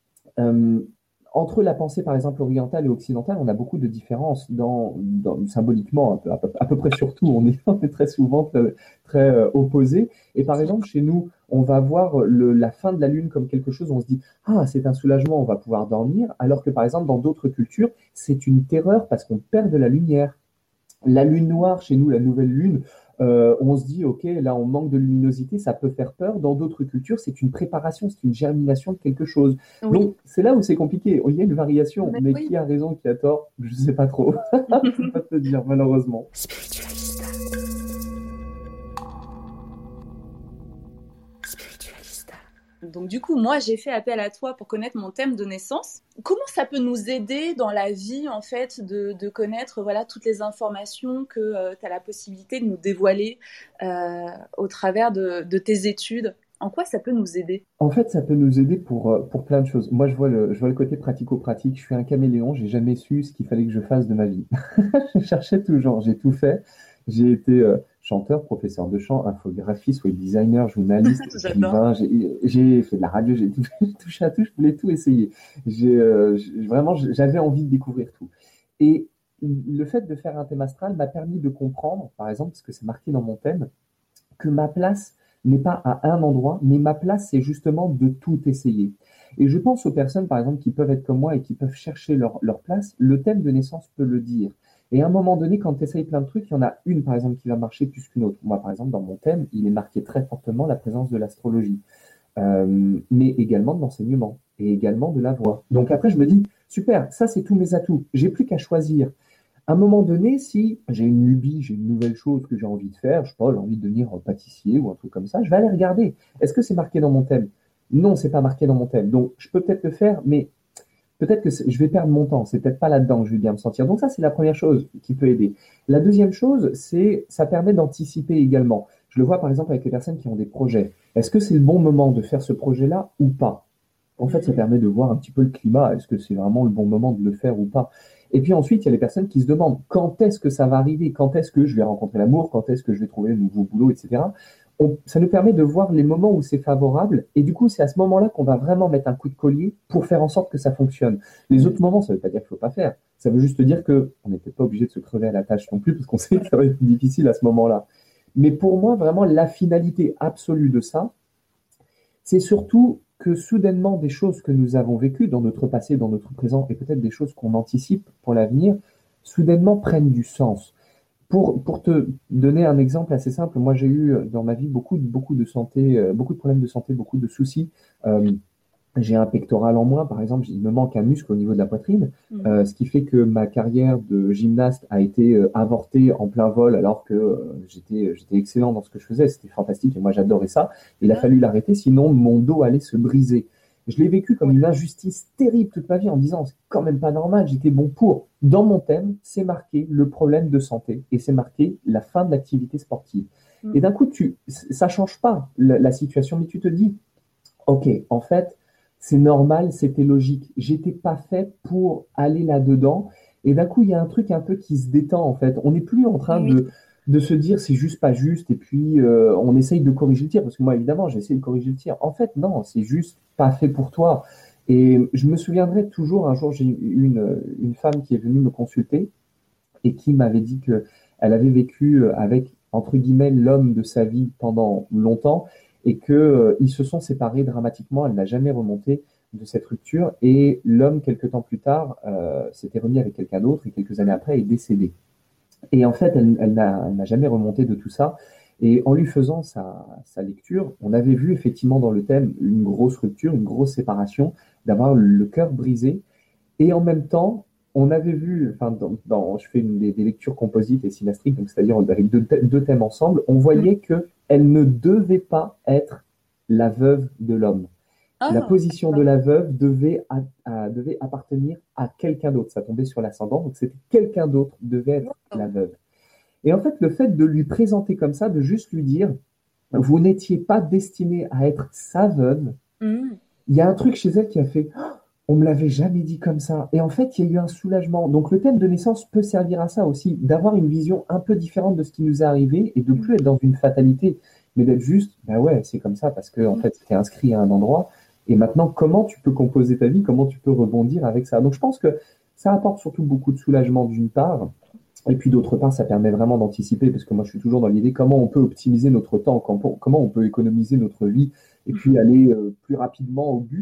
euh, entre la pensée, par exemple, orientale et occidentale, on a beaucoup de différences dans, dans, symboliquement, un peu, à, peu, à peu près surtout, on est, on est très souvent très, très euh, opposés. Et par exemple, chez nous, on va voir le, la fin de la Lune comme quelque chose où on se dit « Ah, c'est un soulagement, on va pouvoir dormir », alors que par exemple, dans d'autres cultures, c'est une terreur parce qu'on perd de la lumière. La lune noire, chez nous, la nouvelle lune, euh, on se dit, OK, là, on manque de luminosité, ça peut faire peur. Dans d'autres cultures, c'est une préparation, c'est une germination de quelque chose. Oui, Donc, c'est là où c'est compliqué. Il y a une variation, mais mais oui. qui a raison, qui a tort, je ne sais pas trop. Je peux pas te le dire, malheureusement. Spiritualista. Spiritualista. Donc du coup, moi, j'ai fait appel à toi pour connaître mon thème de naissance. Comment ça peut nous aider dans la vie, en fait, de, de connaître voilà, toutes les informations que euh, tu as la possibilité de nous dévoiler euh, au travers de, de tes études? En quoi ça peut nous aider? En fait, ça peut nous aider pour, euh, pour plein de choses. Moi, je vois le, je vois le côté pratico-pratique. Je suis un caméléon, j'ai jamais su ce qu'il fallait que je fasse de ma vie. Je cherchais toujours, j'ai tout fait. J'ai été euh, chanteur, professeur de chant, infographiste, web designer, journaliste, J'adore. écrivain. J'ai, j'ai fait de la radio, j'ai tout fait, j'ai touché à tout, je voulais tout essayer. J'ai, euh, j- vraiment, j'avais envie de découvrir tout. Et le fait de faire un thème astral m'a permis de comprendre, par exemple, parce que c'est marqué dans mon thème, que ma place n'est pas à un endroit, mais ma place, c'est justement de tout essayer. Et je pense aux personnes, par exemple, qui peuvent être comme moi et qui peuvent chercher leur, leur place. Le thème de naissance peut le dire. Et à un moment donné, quand tu essayes plein de trucs, il y en a une, par exemple, qui va marcher plus qu'une autre. Moi, par exemple, dans mon thème, il est marqué très fortement la présence de l'astrologie, euh, mais également de l'enseignement et également de la voix. Donc après, je me dis, super, ça, c'est tous mes atouts. J'ai plus qu'à choisir. À un moment donné, si j'ai une lubie, j'ai une nouvelle chose que j'ai envie de faire, je sais pas, j'ai envie de devenir pâtissier ou un truc comme ça, je vais aller regarder. Est-ce que c'est marqué dans mon thème? Non, c'est pas marqué dans mon thème. Donc, je peux peut-être le faire, mais peut-être que c'est- je vais perdre mon temps. C'est peut-être pas là-dedans que je vais bien me sentir. Donc ça, c'est la première chose qui peut aider. La deuxième chose, c'est ça permet d'anticiper également. Je le vois par exemple avec les personnes qui ont des projets. Est-ce que c'est le bon moment de faire ce projet-là ou pas? En fait, ça permet de voir un petit peu le climat. Est-ce que c'est vraiment le bon moment de le faire ou pas? Et puis ensuite, il y a les personnes qui se demandent quand est-ce que ça va arriver? Quand est-ce que je vais rencontrer l'amour? Quand est-ce que je vais trouver un nouveau boulot, et cetera. On- ça nous permet de voir les moments où c'est favorable. Et du coup, c'est à ce moment-là qu'on va vraiment mettre un coup de collier pour faire en sorte que ça fonctionne. Les autres moments, ça ne veut pas dire qu'il ne faut pas faire. Ça veut juste dire que on n'est peut-être pas obligé de se crever à la tâche non plus, parce qu'on sait que ça va être difficile à ce moment-là. Mais pour moi, vraiment, la finalité absolue de ça, c'est surtout que soudainement, des choses que nous avons vécues dans notre passé, dans notre présent, et peut-être des choses qu'on anticipe pour l'avenir, soudainement prennent du sens. Pour, pour te donner un exemple assez simple, moi j'ai eu dans ma vie beaucoup, de- beaucoup de santé, euh, beaucoup de problèmes de santé, beaucoup de soucis. Euh, j'ai un pectoral en moins, par exemple, il me manque un muscle au niveau de la poitrine, Mhm. euh, ce qui fait que ma carrière de gymnaste a été euh, avortée en plein vol alors que euh, j'étais, j'étais excellent dans ce que je faisais, c'était fantastique et moi j'adorais ça. Il a Ah, fallu l'arrêter, sinon mon dos allait se briser. Je l'ai vécu comme ouais. une injustice terrible toute ma vie en me disant c'est quand même pas normal, j'étais bon pour. Dans mon thème, c'est marqué le problème de santé et c'est marqué la fin de l'activité sportive. Et Mhm. d'un coup, tu, ça change pas la, la situation, mais tu te dis, ok, en fait, c'est normal, c'était logique. J'étais pas fait pour aller là-dedans. Et d'un coup, il y a un truc un peu qui se détend, en fait. On n'est plus en train Oui. de, de se dire c'est juste pas juste, et puis euh, on essaye de corriger le tir, parce que moi, évidemment, j'ai essayé de corriger le tir. En fait, non, c'est juste pas fait pour toi. Et je me souviendrai toujours, un jour, j'ai eu une, une femme qui est venue me consulter et qui m'avait dit que elle avait vécu euh, avec, entre guillemets, l'homme de sa vie pendant longtemps et que, euh, ils se sont séparés dramatiquement. Elle n'a jamais remonté de cette rupture et l'homme, quelques temps plus tard, euh, s'était remis avec quelqu'un d'autre et quelques années après est décédé. Et en fait, elle, elle n'a elle n'a jamais remonté de tout ça. Et en lui faisant sa, sa lecture, on avait vu effectivement dans le thème une grosse rupture, une grosse séparation, d'avoir le cœur brisé et en même temps, on avait vu, enfin, dans, dans- je fais une, des, des lectures composites et synastriques, donc c'est-à-dire avec deux, thè- deux thèmes ensemble, on Mhm. voyait que elle ne devait pas être la veuve de l'homme. La Ah, position de la veuve devait, a- à- devait appartenir à quelqu'un d'autre. Ça tombait sur l'ascendant, donc c'était quelqu'un d'autre devait être la wow. veuve. Et en fait, le fait de lui présenter comme ça, de juste lui dire, vous n'étiez pas destiné à être sa veuve, Mhm. il y a un truc chez elle qui a fait, on me l'avait jamais dit comme ça. Et en fait, il y a eu un soulagement. Donc, le thème de naissance peut servir à ça aussi, d'avoir une vision un peu différente de ce qui nous est arrivé et de plus être dans une fatalité, mais d'être juste, bah ouais, c'est comme ça parce que, en fait, c'était inscrit à un endroit. Et maintenant, comment tu peux composer ta vie? Comment tu peux rebondir avec ça? Donc, je pense que ça apporte surtout beaucoup de soulagement d'une part. Et puis d'autre part, ça permet vraiment d'anticiper, parce que moi je suis toujours dans l'idée comment on peut optimiser notre temps, comment comment on peut économiser notre vie, et puis aller euh, plus rapidement au but.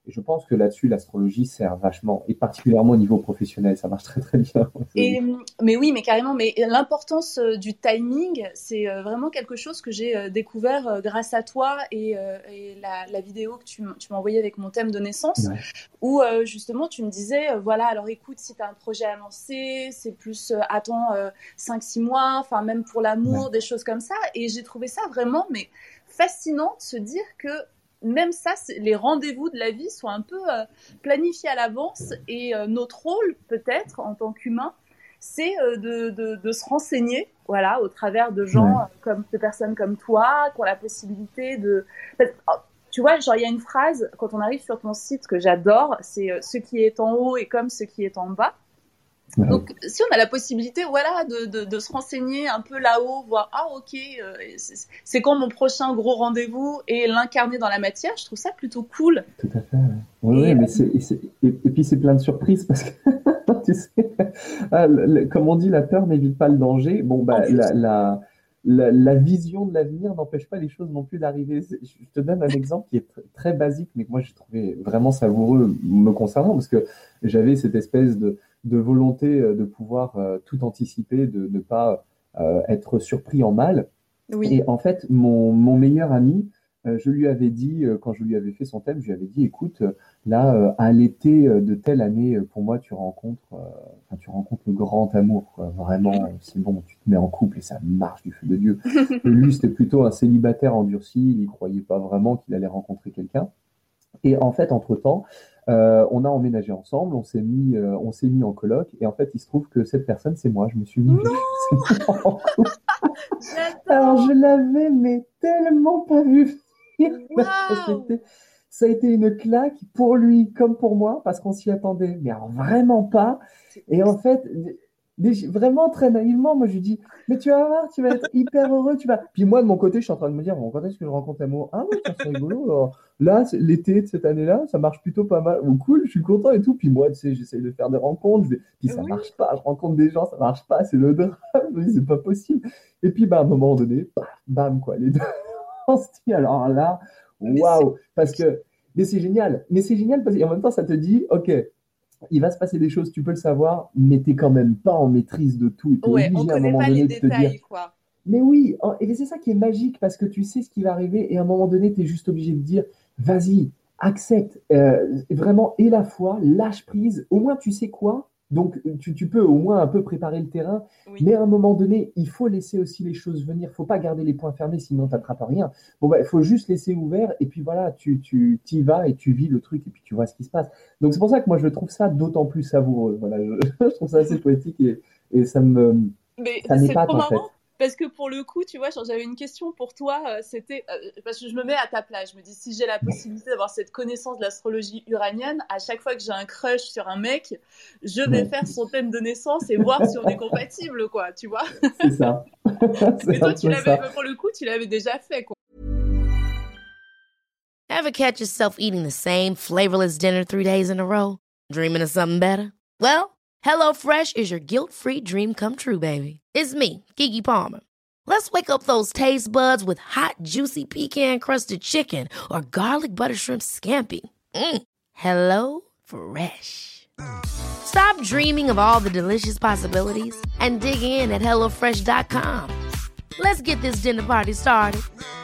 Et je pense que là-dessus, l'astrologie sert vachement, et particulièrement au niveau professionnel, ça marche très très bien. Et, mais oui, mais carrément, mais l'importance euh, du timing, c'est euh, vraiment quelque chose que j'ai euh, découvert euh, grâce à toi et, euh, et la, la vidéo que tu, m- tu m'as envoyée avec mon thème de naissance, Ouais. où euh, justement tu me disais, euh, voilà, alors écoute, si tu as un projet à lancer, c'est plus, euh, attends, euh, cinq six mois, enfin même pour l'amour, Ouais. des choses comme ça. Et j'ai trouvé ça vraiment mais fascinant de se dire que même ça, c'est- les rendez-vous de la vie sont un peu euh, planifiés à l'avance et euh, notre rôle, peut-être, en tant qu'humain, c'est euh, de, de, de se renseigner, voilà, au travers de gens Ouais. euh, comme de personnes comme toi, qui ont la possibilité de. Parce que, oh, tu vois, genre il y a une phrase quand on arrive sur ton site que j'adore, c'est euh, ce qui est en haut est comme ce qui est en bas. Ouais. Donc, si on a la possibilité, voilà, de, de, de se renseigner un peu là-haut, voir, ah, ok, euh, c'est, c'est quand mon prochain gros rendez-vous et l'incarner dans la matière, je trouve ça plutôt cool. Tout à fait. Ouais, ouais, Et, ouais, mais c'est, et, c'est- et- et puis c'est plein de surprises parce que tu sais, ah, le- le- comme on dit, la peur n'évite pas le danger. Bon, en bah, plus, la, la, la, la vision de l'avenir n'empêche pas les choses non plus d'arriver. C'est- Je te donne un exemple qui est tr- très basique, mais que moi j'ai trouvé vraiment savoureux me concernant parce que j'avais cette espèce de, de volonté euh, de pouvoir euh, tout anticiper, de ne pas euh, être surpris en mal. oui. Et en fait, mon, mon meilleur ami, euh, je lui avais dit, euh, quand je lui avais fait son thème, je lui avais dit, écoute, euh, là, euh, à l'été euh, de telle année, euh, pour moi, tu rencontres, euh, enfin, tu rencontres le grand amour, quoi. Vraiment, euh, c'est bon, tu te mets en couple et ça marche du feu de Dieu. Et lui, c'était plutôt un célibataire endurci, il n'y croyait pas vraiment qu'il allait rencontrer quelqu'un. Et en fait, entre-temps, euh, on a emménagé ensemble, on s'est mis, euh, on s'est mis en coloc, et en fait, il se trouve que cette personne, c'est moi. Je me suis mis Non, en couple. Alors, j'adore. je l'avais, mais tellement pas vu venir. Waouh. C'était, ça a été une claque pour lui comme pour moi, parce qu'on s'y attendait, mais alors vraiment pas. C'est Et ouf. en fait, des- vraiment très naïvement, moi je lui dis, mais tu vas voir, tu vas être hyper heureux, tu vas. Puis moi de mon côté, je suis en train de me dire, bon, quand est-ce que je rencontre l'amour? Ah ouais, tiens, c'est rigolo. Alors, là, c'est- l'été de cette année-là, ça marche plutôt pas mal. Ou cool, je suis content et tout. Puis moi, tu sais, j'essaye de faire des rencontres, je vais- puis ça Oui. marche pas. Je rencontre des gens, ça marche pas, c'est le drame. Je me dis, c'est pas possible. Et puis, bah, à un moment donné, paf, bam, quoi, les deux, on se dit, alors là, Mais c'est waouh, parce que, mais c'est génial. Mais c'est génial parce qu'en même temps, ça te dit, ok, il va se passer des choses, tu peux le savoir, mais t'es quand même pas en maîtrise de tout. Tu es ouais, on obligé à un connaît moment pas les donné de te dire, détails, quoi. mais oui, en- et c'est ça qui est magique parce que tu sais ce qui va arriver et à un moment donné, tu es juste obligé de dire, vas-y, accepte, euh, vraiment, et la foi, lâche prise, au moins tu sais quoi, donc tu, tu peux au moins un peu préparer le terrain, Oui. mais à un moment donné, il faut laisser aussi les choses venir, faut pas garder les poings fermés sinon tu n'attrapes rien. Bon, bah, il faut juste laisser ouvert et puis voilà, tu, tu y vas et tu vis le truc et puis tu vois ce qui se passe. Donc c'est pour ça que moi je trouve ça d'autant plus savoureux, voilà, je, je trouve ça assez poétique et, et ça me, Mais ça c'est m'épate trop en fait. marrant parce que pour le coup, tu vois, genre, j'avais une question pour toi. euh, C'était euh, parce que je me mets à ta place. Je me dis si j'ai la possibilité d'avoir cette connaissance de l'astrologie uranienne, à chaque fois que j'ai un crush sur un mec, je vais Ouais. faire son thème de naissance et voir si on est compatible, quoi. Tu vois. C'est ça. Mais C'est toi, un tu peu l'avais ça. pour le coup, tu l'avais déjà fait, quoi. Ever catch yourself eating the same flavorless dinner three days in a row? Dreaming of something better? Well, HelloFresh is your guilt-free dream come true, baby. It's me, Keke Palmer. Let's wake up those taste buds with hot, juicy pecan-crusted chicken or garlic butter shrimp scampi. Mm. Hello Fresh. Stop dreaming of all the delicious possibilities and dig in at hello fresh dot com. Let's get this dinner party started.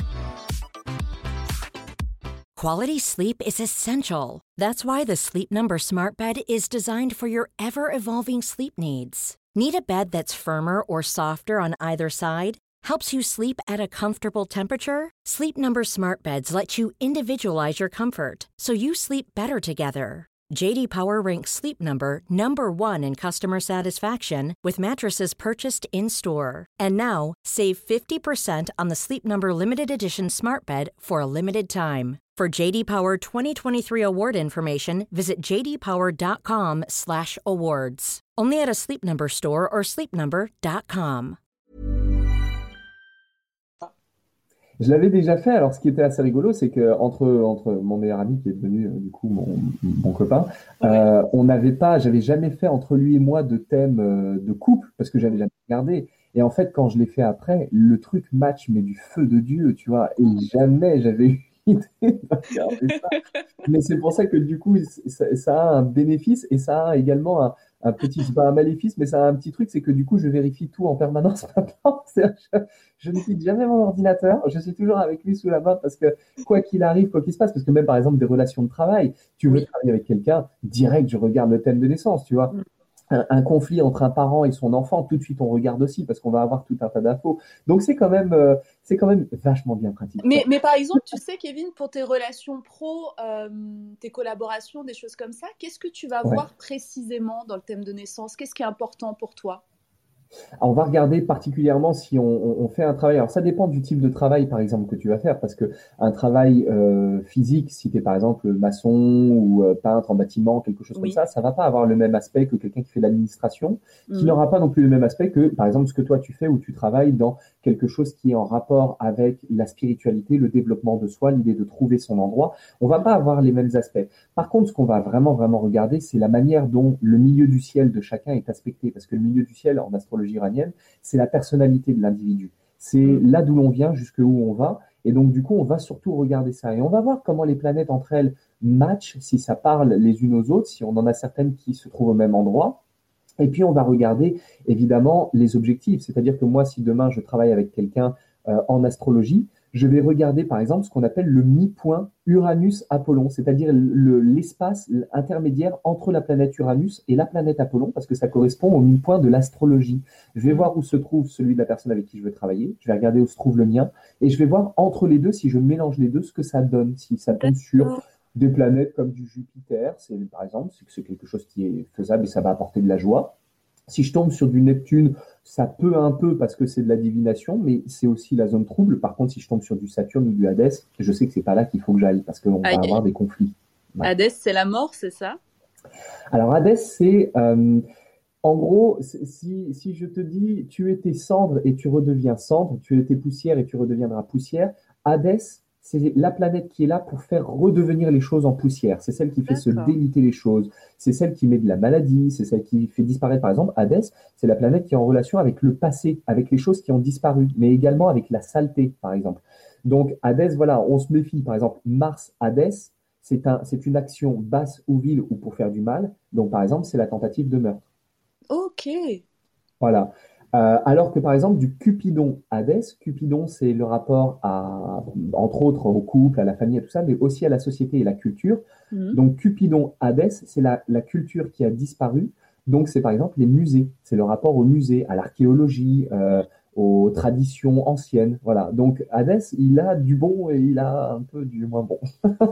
Quality sleep is essential. That's why the Sleep Number Smart Bed is designed for your ever-evolving sleep needs. Need a bed that's firmer or softer on either side? Helps you sleep at a comfortable temperature? Sleep Number Smart Beds let you individualize your comfort, so you sleep better together. J D Power ranks Sleep Number number one in customer satisfaction with mattresses purchased in-store. And now, save fifty percent on the Sleep Number Limited Edition Smart Bed for a limited time. For J D Power twenty twenty-three award information, visit j d power dot com slash awards. Only at a Sleep Number store or sleep number dot com. Je l'avais déjà fait. Alors, ce qui était assez rigolo, c'est que entre, entre mon meilleur ami qui est devenu euh, du coup mon, mon copain, Ouais. euh, on n'avait pas, j'avais jamais fait entre lui et moi de thème euh, de couple parce que j'avais jamais regardé. Et en fait, quand je l'ai fait après, le truc match mais du feu de Dieu, tu vois. Et jamais j'avais eu l'opportunité de regarder ça. Mais c'est pour ça que du coup, ça, ça a un bénéfice et ça a également un, un petit, c'est pas un maléfice, mais ça a un petit truc, c'est que du coup, je vérifie tout en permanence maintenant. C'est-à-dire, Je, je ne quitte jamais mon ordinateur, je suis toujours avec lui sous la main parce que quoi qu'il arrive, quoi qu'il se passe, parce que même par exemple des relations de travail, tu veux Oui. travailler avec quelqu'un, direct, je regarde le thème de naissance, tu vois. Mm. Un, un conflit entre un parent et son enfant, tout de suite on regarde aussi parce qu'on va avoir tout un tas d'infos. Donc c'est quand même, euh, c'est quand même vachement bien pratique. Mais, mais par exemple, tu sais, Kevin, pour tes relations pro, euh, tes collaborations, des choses comme ça, qu'est-ce que tu vas Ouais. voir précisément dans le thème de naissance? Qu'est-ce qui est important pour toi? Alors, on va regarder particulièrement si on, on- on fait un travail. Alors, ça dépend du type de travail, par exemple, que tu vas faire, parce que un travail euh, physique, si tu es par exemple maçon ou euh, peintre en bâtiment, quelque chose comme Oui. ça, ça va pas avoir le même aspect que quelqu'un qui fait l'administration, qui Mhm. n'aura pas non plus le même aspect que, par exemple, ce que toi tu fais, où tu travailles dans quelque chose qui est en rapport avec la spiritualité, le développement de soi, l'idée de trouver son endroit. On va pas avoir les mêmes aspects. Par contre, ce qu'on va vraiment, vraiment regarder, c'est la manière dont le milieu du ciel de chacun est aspecté. Parce que le milieu du ciel, en astrologie iranienne, c'est la personnalité de l'individu. C'est Mm. là d'où l'on vient, jusqu'où on va. Et donc, du coup, on va surtout regarder ça. Et on va voir comment les planètes entre elles matchent, si ça parle les unes aux autres, si on en a certaines qui se trouvent au même endroit. Et puis, on va regarder évidemment les objectifs. C'est-à-dire que moi, si demain je travaille avec quelqu'un euh, en astrologie, je vais regarder par exemple ce qu'on appelle le mi-point Uranus-Apollon, c'est-à-dire le- l'espace intermédiaire entre la planète Uranus et la planète Apollon, parce que ça correspond au mi-point de l'astrologie. Je vais voir où se trouve celui de la personne avec qui je veux travailler, je vais regarder où se trouve le mien, et je vais voir entre les deux, si je mélange les deux, ce que ça donne, si ça tombe sur des planètes comme du Jupiter, c'est par exemple, c'est que c'est quelque chose qui est faisable et ça va apporter de la joie. Si je tombe sur du Neptune, ça peut un peu parce que c'est de la divination, mais c'est aussi la zone trouble. Par contre, si je tombe sur du Saturne ou du Hadès, je sais que c'est pas là qu'il faut que j'aille parce qu'on va Aïe, aïe. avoir des conflits. Ouais. Hadès, c'est la mort, c'est ça? Alors Hadès, c'est euh, en gros, c'est- si, si je te dis tu étais cendre et tu redeviens cendre, tu étais poussière et tu redeviendras poussière, Hadès, c'est la planète qui est là pour faire redevenir les choses en poussière. C'est celle qui fait se D'accord. déliter les choses. C'est celle qui met de la maladie. C'est celle qui fait disparaître, par exemple, Hadès, c'est la planète qui est en relation avec le passé, avec les choses qui ont disparu, mais également avec la saleté, par exemple. Donc Hadès, voilà, on se méfie. Par exemple, Mars, Hadès, c'est un, c'est une action basse ou vile ou pour faire du mal. Donc, par exemple, c'est la tentative de meurtre. Ok. Voilà. Euh, alors que par exemple du Cupidon Hadès, Cupidon c'est le rapport à, entre autres au couple, à la famille, à tout ça, mais aussi à la société et la culture. Mhm. Donc Cupidon Hadès, c'est la, la culture qui a disparu. Donc c'est par exemple les musées, c'est le rapport aux musées, à l'archéologie, euh, aux traditions anciennes. Voilà. Donc Hadès, il a du bon et il a un peu du moins bon.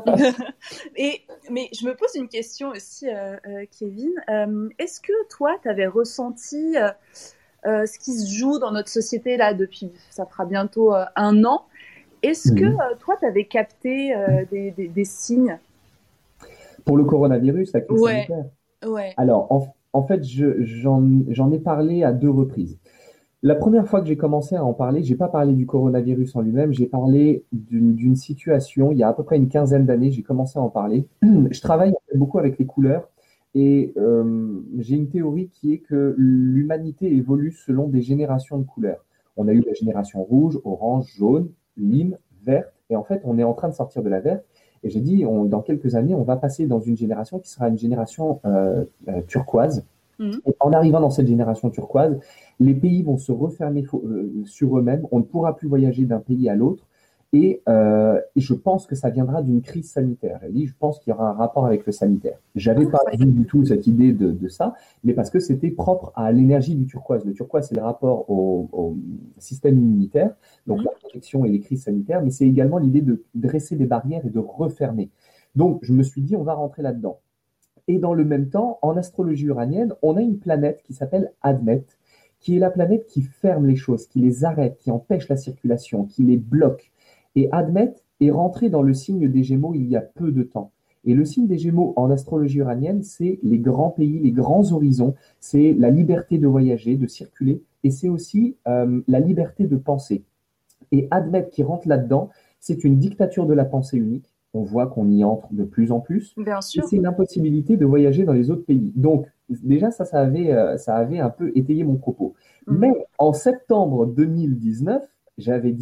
Et, mais je me pose une question aussi, euh, euh, Kevin. Euh, est-ce que toi, tu avais ressenti euh, euh, ce qui se joue dans notre société là depuis, ça fera bientôt euh, un an? Est-ce que Mhm. euh, toi, tu avais capté euh, des, des, des signes? Pour le coronavirus, la crise Ouais, sanitaire. ouais. Alors, en, en fait, je- j'en, j'en ai parlé à deux reprises. La première fois que j'ai commencé à en parler, j'ai pas parlé du coronavirus en lui-même, j'ai parlé d'une d'une situation, il y a à peu près une quinzaine d'années, j'ai commencé à en parler. Je travaille beaucoup avec les couleurs et euh, j'ai une théorie qui est que l'humanité évolue selon des générations de couleurs. On a eu la génération rouge, orange, jaune, lime, verte, et en fait, on est en train de sortir de la verte. Et j'ai dit, on- dans quelques années, on va passer dans une génération qui sera une génération euh, euh, turquoise. Mhm. Et en arrivant dans cette génération turquoise, les pays vont se refermer fo- euh, sur eux-mêmes. On ne pourra plus voyager d'un pays à l'autre. Et, euh, et je pense que ça viendra d'une crise sanitaire. Elle dit, je pense qu'il y aura un rapport avec le sanitaire. J'avais pas vu du tout cette idée de, de ça, mais parce que c'était propre à l'énergie du turquoise. Le turquoise, c'est le rapport au, au système immunitaire, donc Mhm. la protection et les crises sanitaires, mais c'est également l'idée de dresser des barrières et de refermer. Donc, je me suis dit, on va rentrer là-dedans. Et dans le même temps, en astrologie uranienne, on a une planète qui s'appelle Admet, qui est la planète qui ferme les choses, qui les arrête, qui empêche la circulation, qui les bloque. Et Admet est rentré dans le signe des Gémeaux il y a peu de temps. Et le signe des Gémeaux en astrologie uranienne, c'est les grands pays, les grands horizons, c'est la liberté de voyager, de circuler, et c'est aussi euh, la liberté de penser. Et Admet qui rentre là-dedans, c'est une dictature de la pensée unique. On voit qu'on y entre de plus en plus. Bien Et sûr. c'est l'impossibilité de voyager dans les autres pays. Donc, déjà, ça, ça avait, euh, ça avait un peu étayé mon propos. Mhm. Mais en septembre deux mille dix-neuf, j'avais dit,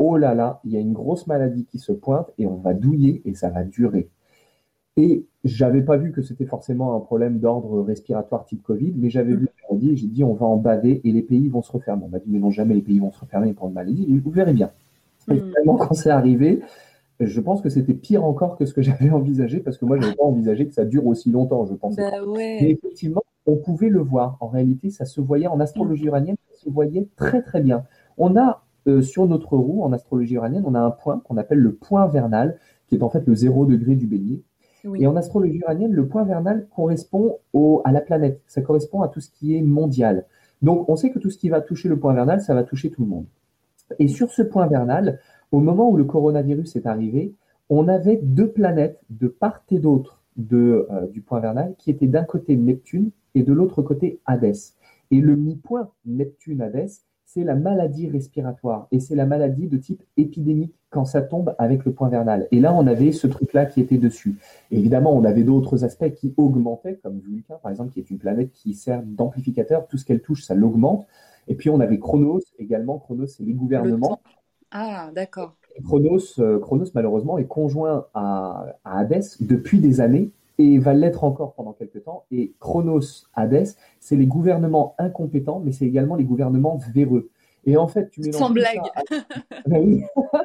oh là là, il y a une grosse maladie qui se pointe et on va douiller et ça va durer. Et j'avais pas vu que c'était forcément un problème d'ordre respiratoire type Covid, mais j'avais vu la maladie et j'ai dit on va en baver et les pays vont se refermer. On m'a dit mais non, jamais les pays vont se refermer pour une maladie, vous verrez bien. Et finalement, quand c'est arrivé, je pense que c'était pire encore que ce que j'avais envisagé, parce que moi, je n'avais pas envisagé que ça dure aussi longtemps, je pensais. Bah ouais. Mais effectivement, on pouvait le voir. En réalité, ça se voyait en astrologie uranienne, ça se voyait très très bien. On a euh, sur notre roue, en astrologie uranienne, on a un point qu'on appelle le point vernal, qui est en fait le zéro degré du bélier. Oui. Et en astrologie uranienne, le point vernal correspond au, à la planète. Ça correspond à tout ce qui est mondial. Donc, on sait que tout ce qui va toucher le point vernal, ça va toucher tout le monde. Et sur ce point vernal, au moment où le coronavirus est arrivé, on avait deux planètes de part et d'autre de, euh, du point vernal qui étaient d'un côté Neptune et de l'autre côté Hadès. Et le mi-point Neptune-Hadès, c'est la maladie respiratoire et c'est la maladie de type épidémique quand ça tombe avec le point vernal. Et là, on avait ce truc-là qui était dessus. Et évidemment, on avait d'autres aspects qui augmentaient, comme Vulcain, par exemple, qui est une planète qui sert d'amplificateur. Tout ce qu'elle touche, ça l'augmente. Et puis, on avait Chronos également. Chronos, c'est les gouvernements. Ah, d'accord. Chronos, euh, Chronos, malheureusement, est conjoint à, à Hadès depuis des années et va l'être encore pendant quelques temps. Et Chronos, Hadès, c'est les gouvernements incompétents, mais c'est également les gouvernements véreux. Et en fait, tu mélanges Sans tout blague. ça avec- Ben oui.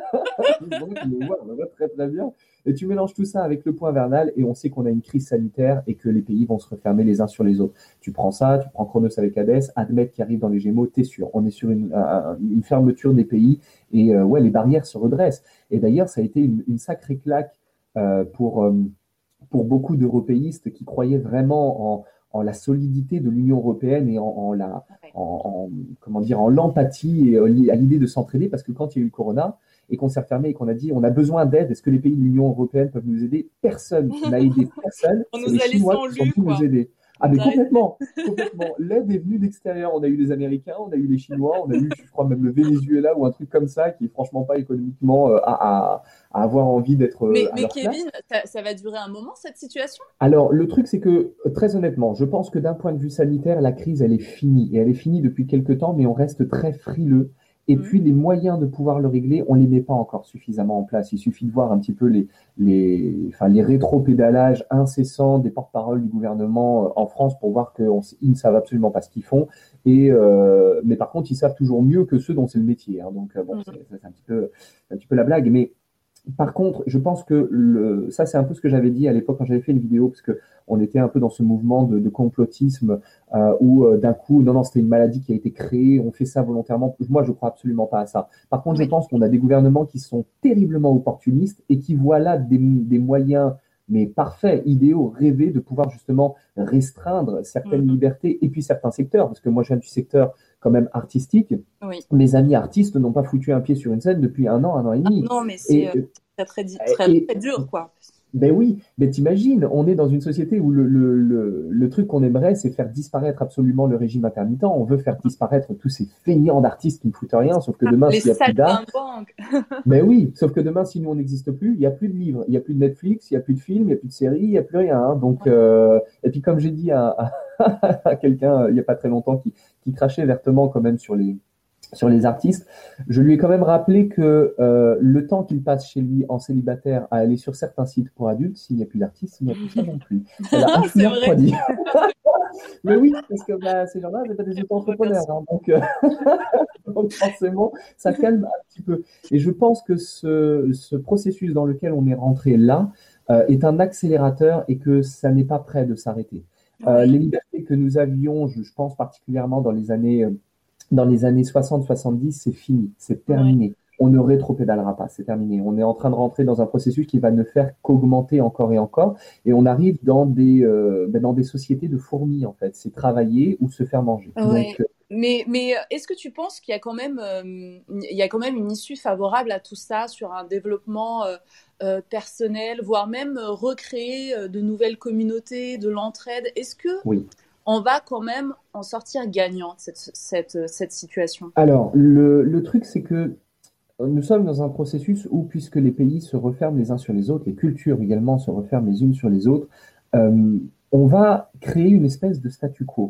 On le voit, on le voit très très bien. Et tu mélanges tout ça avec le point vernal et on sait qu'on a une crise sanitaire et que les pays vont se refermer les uns sur les autres. Tu prends ça, tu prends Chronos avec Hadès, Admète qui arrive dans les Gémeaux, t'es sûr. On est sur une, un- une fermeture des pays et euh, ouais, les barrières se redressent. Et d'ailleurs, ça a été une, une sacrée claque euh, pour, euh, pour beaucoup d'européistes qui croyaient vraiment en, en la solidité de l'Union européenne et en, en la, en, en- comment dire, en l'empathie et à l'idée de s'entraider, parce que quand il y a eu le corona et qu'on s'est refermé et qu'on a dit on a besoin d'aide, est-ce que les pays de l'Union européenne peuvent nous aider? Personne n'a aidé personne. On C'est nous les a laissés Chinois en qui sont lu, venus quoi. nous aider. Ah mais On a- complètement, complètement. L'aide est venue d'extérieur. On a eu les Américains, on a eu les Chinois, on a eu, je crois, même le Venezuela ou un truc comme ça qui est franchement pas économiquement euh, à, à, à avoir envie d'être euh, Mais, à mais leur place. Kevin, ça, ça va durer un moment, cette situation? Alors, le truc, c'est que, très honnêtement, je pense que d'un point de vue sanitaire, la crise, elle est finie. Et elle est finie depuis quelques temps, mais on reste très frileux. Et Mhm. puis, les moyens de pouvoir le régler, on les met pas encore suffisamment en place. Il suffit de voir un petit peu les, les, enfin, les rétro-pédalages incessants des porte-paroles du gouvernement euh, en France pour voir qu'ils ne savent absolument pas ce qu'ils font. Et, euh, mais par contre, ils savent toujours mieux que ceux dont c'est le métier, hein. Donc, euh, bon, Mhm. c'est c'est un petit peu, c'est un petit peu la blague. Mais par contre, je pense que le, ça, c'est un peu ce que j'avais dit à l'époque quand j'avais fait une vidéo, parce que on était un peu dans ce mouvement de, de complotisme euh, où euh, d'un coup, non, non, c'était une maladie qui a été créée, on fait ça volontairement. Moi, je crois absolument pas à ça. Par contre, je Oui. pense qu'on a des gouvernements qui sont terriblement opportunistes et qui voient là des, des moyens, mais parfaits, idéaux, rêvés, de pouvoir justement restreindre certaines Mhm. libertés et puis certains secteurs, parce que moi, je viens du secteur quand même artistique. Oui. Mes amis artistes n'ont pas foutu un pied sur une scène depuis un an, un an et demi. Non, mais c'est Et, euh, très, très, di- très, et- très dur, quoi. ben oui, mais t'imagines, on est dans une société où le, le, le, le truc qu'on aimerait, c'est faire disparaître absolument le régime intermittent. On veut faire disparaître tous ces feignants d'artistes qui ne foutent rien, sauf que demain, Les s'il n'y a plus d'art, saltimbanques. ben oui, sauf que demain, si nous on n'existe plus, il n'y a plus de livres, il n'y a plus de Netflix, il n'y a plus de films, il n'y a plus de séries, il n'y a plus rien, hein. Donc, euh, et puis comme j'ai dit à, à, à quelqu'un euh, il n'y a pas très longtemps qui, qui crachait vertement quand même sur les, sur les artistes, je lui ai quand même rappelé que euh, le temps qu'il passe chez lui en célibataire à aller sur certains sites pour adultes, s'il n'y a plus d'artistes, il n'y a plus ça non plus. Elle a un C'est chouïa vrai. refroidi. Mais oui, parce que bah, ces gens-là, c'est pas des auto-entrepreneurs, hein, donc, euh, donc forcément, ça calme un petit peu. Et je pense que ce, ce processus dans lequel on est rentré là euh, est un accélérateur et que ça n'est pas prêt de s'arrêter. Euh, les libertés que nous avions, je, je pense particulièrement dans les années, euh, dans les années soixante soixante-dix, c'est fini, c'est terminé. On ne rétropédalera pas, c'est terminé. On est en train de rentrer dans un processus qui va ne faire qu'augmenter encore et encore, et on arrive dans des, euh, ben, dans des sociétés de fourmis en fait. C'est travailler ou se faire manger. Ouais. Donc, euh, Mais, mais euh, est-ce que tu penses qu'il y a quand même, euh, il y a quand même une issue favorable à tout ça sur un développement euh, euh, personnel, voire même euh, recréer euh, de nouvelles communautés, de l'entraide? Est-ce que oui. on va quand même en sortir gagnant de cette, cette, cette situation? Alors, le, le truc, c'est que nous sommes dans un processus où, puisque les pays se referment les uns sur les autres, les cultures également se referment les unes sur les autres, euh, on va créer une espèce de statu quo.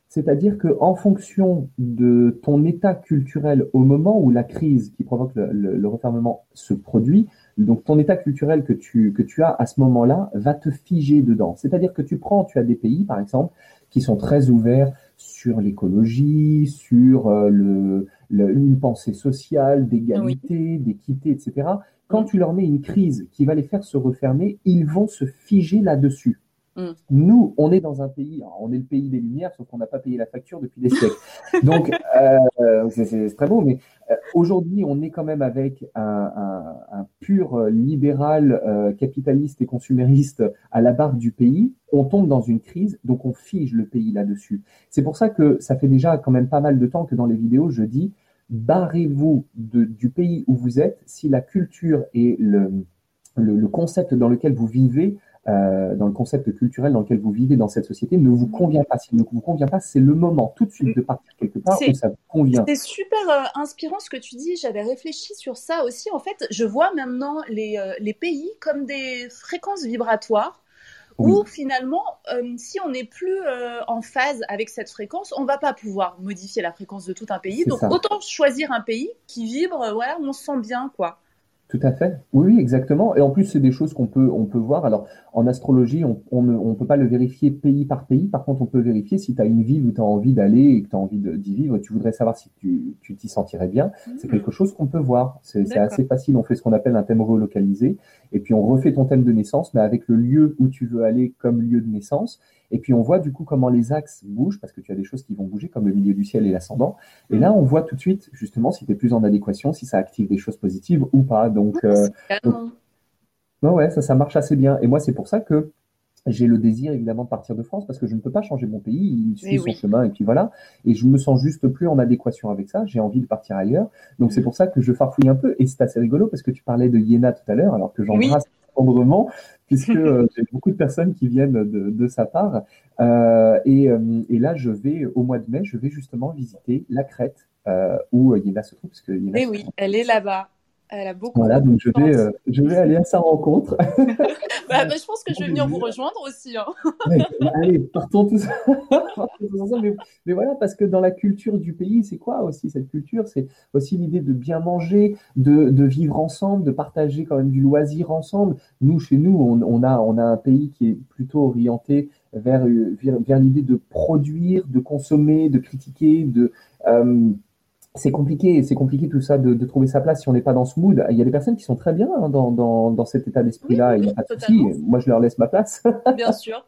C'est-à-dire qu'en fonction de ton état culturel au moment où la crise qui provoque le, le, le refermement se produit, donc ton état culturel que tu, que tu as à ce moment-là va te figer dedans. C'est-à-dire que tu prends, tu as des pays, par exemple, qui sont très ouverts sur l'écologie, sur euh, le, le, une pensée sociale, d'égalité, oui. d'équité, et cetera. Quand mmh. tu leur mets une crise qui va les faire se refermer, ils vont se figer là-dessus. Mmh. Nous, on est dans un pays, on est le pays des Lumières, sauf qu'on n'a pas payé la facture depuis des siècles. Donc, euh, c'est, c'est très beau, mais euh, aujourd'hui, on est quand même avec un, un, un pur libéral, euh, capitaliste et consumériste à la barre du pays. On tombe dans une crise, donc on fige le pays là-dessus. C'est pour ça que ça fait déjà quand même pas mal de temps que dans les vidéos, je dis, barrez-vous de, du pays où vous êtes si la culture et le, le, le concept dans lequel vous vivez Euh, dans le concept culturel dans lequel vous vivez dans cette société ne vous convient pas. S'il ne vous convient pas, c'est le moment tout de suite de partir quelque part c'est, où ça vous convient. C'est super euh, inspirant ce que tu dis. J'avais réfléchi sur ça aussi. En fait, je vois maintenant les, euh, les pays comme des fréquences vibratoires oui. où finalement, euh, si on n'est plus euh, en phase avec cette fréquence, on ne va pas pouvoir modifier la fréquence de tout un pays. C'est Donc, ça. Autant choisir un pays qui vibre, euh, voilà, on se sent bien, quoi. Tout à fait. Oui, oui, exactement. Et en plus, c'est des choses qu'on peut, on peut voir. Alors, en astrologie, on on ne on peut pas le vérifier pays par pays. Par contre, on peut vérifier si tu as une ville où tu as envie d'aller et que tu as envie de, d'y vivre. Tu voudrais savoir si tu, tu t'y sentirais bien. Mmh. C'est quelque chose qu'on peut voir. C'est, c'est assez facile. On fait ce qu'on appelle un thème relocalisé. Et puis, on refait ton thème de naissance, mais avec le lieu où tu veux aller comme lieu de naissance. Et puis, on voit du coup comment les axes bougent, parce que tu as des choses qui vont bouger, comme le milieu du ciel et l'ascendant. Et là, on voit tout de suite, justement, si tu es plus en adéquation, si ça active des choses positives ou pas. Donc, euh, donc non, ouais, ça, ça marche assez bien. Et moi, c'est pour ça que j'ai le désir, évidemment, de partir de France, parce que je ne peux pas changer mon pays. Il suit son oui. chemin, et puis voilà. Et je me sens juste plus en adéquation avec ça. J'ai envie de partir ailleurs. Donc, mmh. c'est pour ça que je farfouille un peu. Et c'est assez rigolo, parce que tu parlais de Iéna tout à l'heure, alors que j'embrasse oui. tendrement, puisque euh, j'ai beaucoup de personnes qui viennent de, de sa part. Euh, et, euh, et là, je vais, au mois de mai, je vais justement visiter la Crète, euh, où Iéna se trouve. Parce que Iéna et oui, trouve. Elle est là-bas. Elle a beaucoup. Voilà, donc je vais, euh, je vais aller à sa rencontre. bah, bah, je pense que je vais venir vous rejoindre aussi. Hein. Ouais, bah, allez, partons tous, partons tous ensemble. Mais, mais voilà, parce que dans la culture du pays, c'est quoi aussi cette culture? C'est aussi l'idée de bien manger, de, de vivre ensemble, de partager quand même du loisir ensemble. Nous, chez nous, on, on, a, on a un pays qui est plutôt orienté vers, vers, vers l'idée de produire, de consommer, de critiquer, de... Euh, C'est compliqué, c'est compliqué tout ça de, de trouver sa place si on n'est pas dans ce mood. Il y a des personnes qui sont très bien hein, dans, dans, dans cet état d'esprit-là, oui, oui, il n'y a pas de souci. Moi, je leur laisse ma place. Bien sûr.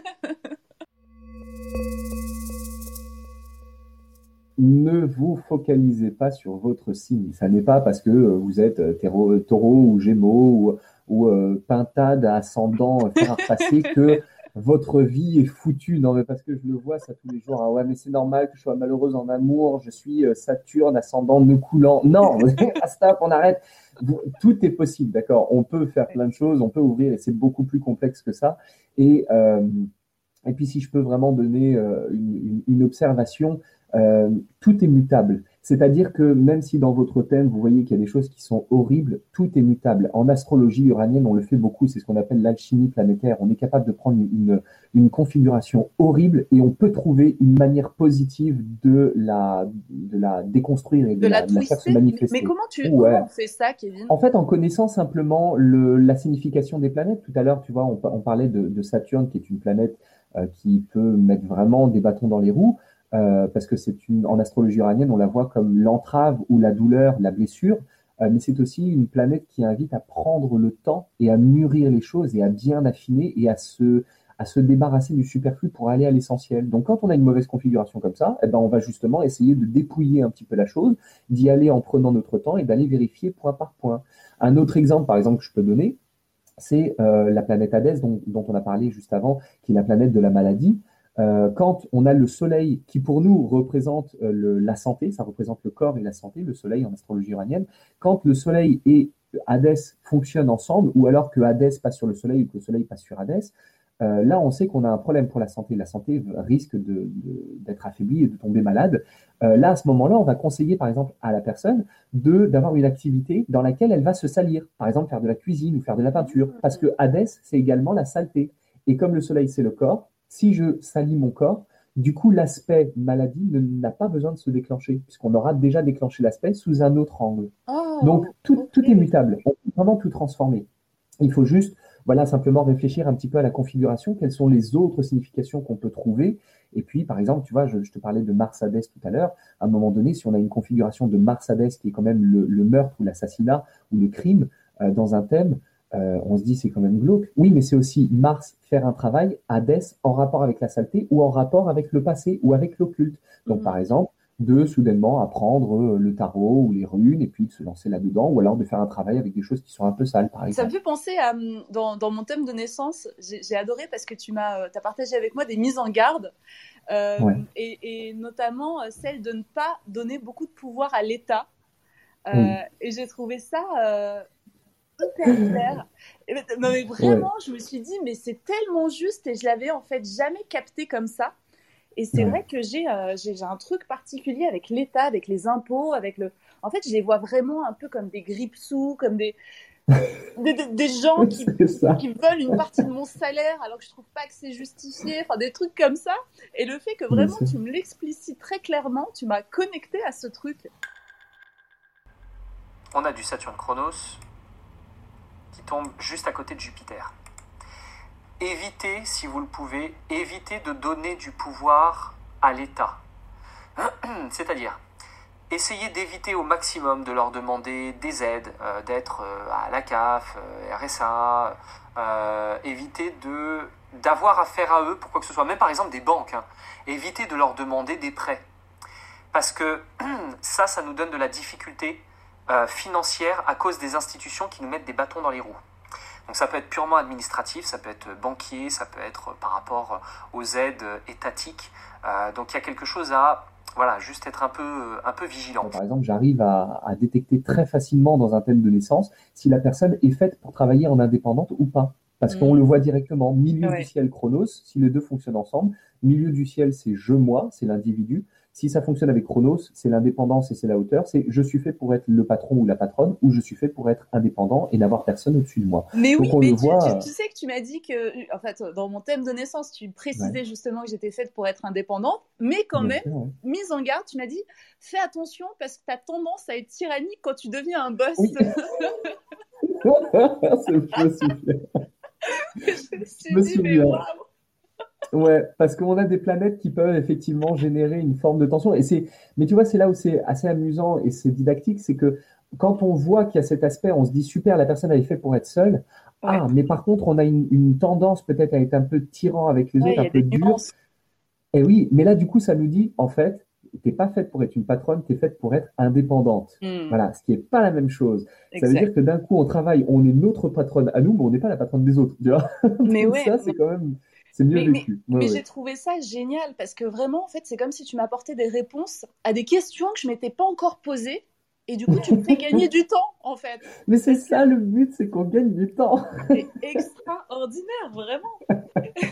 Ne vous focalisez pas sur votre signe. Ça n'est pas parce que vous êtes taureau, taureau ou gémeaux ou, ou euh, pintade, ascendant, fer à repasser que votre vie est foutue. Non, mais parce que je le vois ça tous les jours. Ah ouais, mais c'est normal que je sois malheureuse en amour. Je suis Saturne, ascendant, nœud coulant. Non, stop, on arrête. Tout est possible, d'accord. On peut faire plein de choses, on peut ouvrir et c'est beaucoup plus complexe que ça. Et, euh, et puis, si je peux vraiment donner euh, une, une, une observation, euh, tout est mutable. C'est-à-dire que même si dans votre thème, vous voyez qu'il y a des choses qui sont horribles, tout est mutable. En astrologie uranienne, on le fait beaucoup, c'est ce qu'on appelle l'alchimie planétaire. On est capable de prendre une, une configuration horrible et on peut trouver une manière positive de la, de la déconstruire et de, de, la, la, de la faire se manifester. Mais, mais comment tu ouais. comment on fait ça, Kevin? En fait, en connaissant simplement le, la signification des planètes. Tout à l'heure, tu vois, on, on parlait de, de Saturne, qui est une planète euh, qui peut mettre vraiment des bâtons dans les roues. Euh, parce que c'est une, en astrologie uranienne, on la voit comme l'entrave ou la douleur, la blessure, euh, mais c'est aussi une planète qui invite à prendre le temps et à mûrir les choses et à bien affiner et à se, à se débarrasser du superflu pour aller à l'essentiel. Donc quand on a une mauvaise configuration comme ça, eh ben, on va justement essayer de dépouiller un petit peu la chose, d'y aller en prenant notre temps et d'aller vérifier point par point. Un autre exemple, par exemple, que je peux donner, c'est euh, la planète Hadès dont, dont on a parlé juste avant, qui est la planète de la maladie. Euh, quand on a le soleil qui pour nous représente euh, le, la santé, ça représente le corps et la santé, le soleil en astrologie uranienne, quand le soleil et Hadès fonctionnent ensemble, ou alors que Hadès passe sur le soleil ou que le soleil passe sur Hadès, euh, là on sait qu'on a un problème pour la santé. La santé risque de, de, d'être affaiblie et de tomber malade. Euh, là à ce moment-là, on va conseiller par exemple à la personne de, d'avoir une activité dans laquelle elle va se salir, par exemple faire de la cuisine ou faire de la peinture, parce que Hadès c'est également la saleté. Et comme le soleil c'est le corps, si je salis mon corps, Du coup, l'aspect maladie ne- n'a pas besoin de se déclencher, puisqu'on aura déjà déclenché l'aspect sous un autre angle. Donc, Oh, tout, ok. tout est mutable. On peut vraiment tout transformer. Il faut juste, voilà, simplement réfléchir un petit peu à la configuration, quelles sont les autres significations qu'on peut trouver. Et puis, par exemple, tu vois, je, je te parlais de Mars Hadès tout à l'heure. À un moment donné, si on a une configuration de Mars Hadès qui est quand même le, le meurtre ou l'assassinat ou le crime euh, dans un thème, euh, on se dit c'est quand même glauque. Oui, mais c'est aussi Mars faire un travail, Hadès en rapport avec la saleté ou en rapport avec le passé ou avec l'occulte. Donc, Mhm. par exemple, de soudainement apprendre euh, le tarot ou les runes et puis de se lancer là-dedans, ou alors de faire un travail avec des choses qui sont un peu sales, par Ça me exemple. fait penser à, hum, dans, dans mon thème de naissance, j'ai j'ai adoré parce que tu m'as, euh, t'as partagé avec moi des mises en garde, euh, Ouais. et, et notamment euh, celle de ne pas donner beaucoup de pouvoir à l'État. Euh, Oui. et j'ai trouvé ça euh, hyper clair. Et, mais, non, mais Ouais. vraiment, je me suis dit, mais c'est tellement juste et je l'avais en fait jamais capté comme ça. Et c'est Ouais. vrai que j'ai euh, j'ai j'ai un truc particulier avec l'État, avec les impôts, avec le. En fait, je les vois vraiment un peu comme des grippe-sous, comme des, des, des- des gens qui, C'est ça. qui veulent une partie de mon salaire alors que je trouve pas que c'est justifié, enfin des trucs comme ça. Et le fait que Bien vraiment sûr. tu me l'explicites très clairement, tu m'as connecté à ce truc. On a du Saturne Chronos qui tombe juste à côté de Jupiter. Évitez, si vous le pouvez, évitez de donner du pouvoir à l'État. C'est-à-dire, essayez d'éviter au maximum de leur demander des aides, euh, d'être euh, à la C A F, euh, R S A, euh, évitez de, d'avoir affaire à eux pour quoi que ce soit, même par exemple des banques, hein. Évitez de leur demander des prêts. Parce que ça, ça nous donne de la difficulté euh, financière à cause des institutions qui nous mettent des bâtons dans les roues. Donc ça peut être purement administratif, ça peut être banquier, ça peut être par rapport aux aides étatiques. Euh, donc il y a quelque chose à, voilà, juste être un peu, un peu vigilant. Par exemple, j'arrive à, à détecter très facilement dans un thème de naissance si la personne est faite pour travailler en indépendante ou pas. Parce qu'on Mmh. le voit directement, milieu Ouais. du ciel Chronos, si les deux fonctionnent ensemble, milieu du ciel c'est je-moi, c'est l'individu. Si ça fonctionne avec Chronos, c'est l'indépendance et c'est la hauteur, c'est je suis fait pour être le patron ou la patronne, ou je suis fait pour être indépendant et n'avoir personne au-dessus de moi. Mais Donc oui, on mais le tu, voit, tu- euh, tu sais que tu m'as dit que, en fait, dans mon thème de naissance, tu précisais ouais, justement que j'étais faite pour être indépendante, mais quand bien même, sûr, ouais. mise en garde, tu m'as dit, fais attention parce que tu as tendance à être tyrannique quand tu deviens un boss. Oui, c'est possible. Je me Je suis me dit, mais souviens. waouh! Ouais, parce qu'on a des planètes qui peuvent effectivement générer une forme de tension. Et c'est, mais tu vois, c'est là où c'est assez amusant et c'est didactique, c'est que quand on voit qu'il y a cet aspect, on se dit super, la personne elle est faite pour être seule. Ouais, Ah, mais par contre, on a une, une tendance peut-être à être un peu tyran avec les ouais, autres, il y un a peu des dur. nuances. Et oui, mais là, du coup, ça nous dit, en fait, t'es pas faite pour être une patronne, t'es faite pour être indépendante. Hmm, Voilà, ce qui est pas la même chose. Ça veut exact. dire que d'un coup, on travaille, on est notre patronne à nous, mais on n'est pas la patronne des autres, tu vois. Mais Donc ouais, ça, mais, c'est quand même, c'est mieux mais, mais, vécu. Ouais, mais j'ai ouais. trouvé ça génial parce que vraiment, en fait, c'est comme si tu m'apportais des réponses à des questions que je m'étais pas encore posées. Et du coup, tu me fais gagner du temps, en fait. Mais c'est Parce que ça le but, c'est qu'on gagne du temps. c'est extraordinaire, vraiment.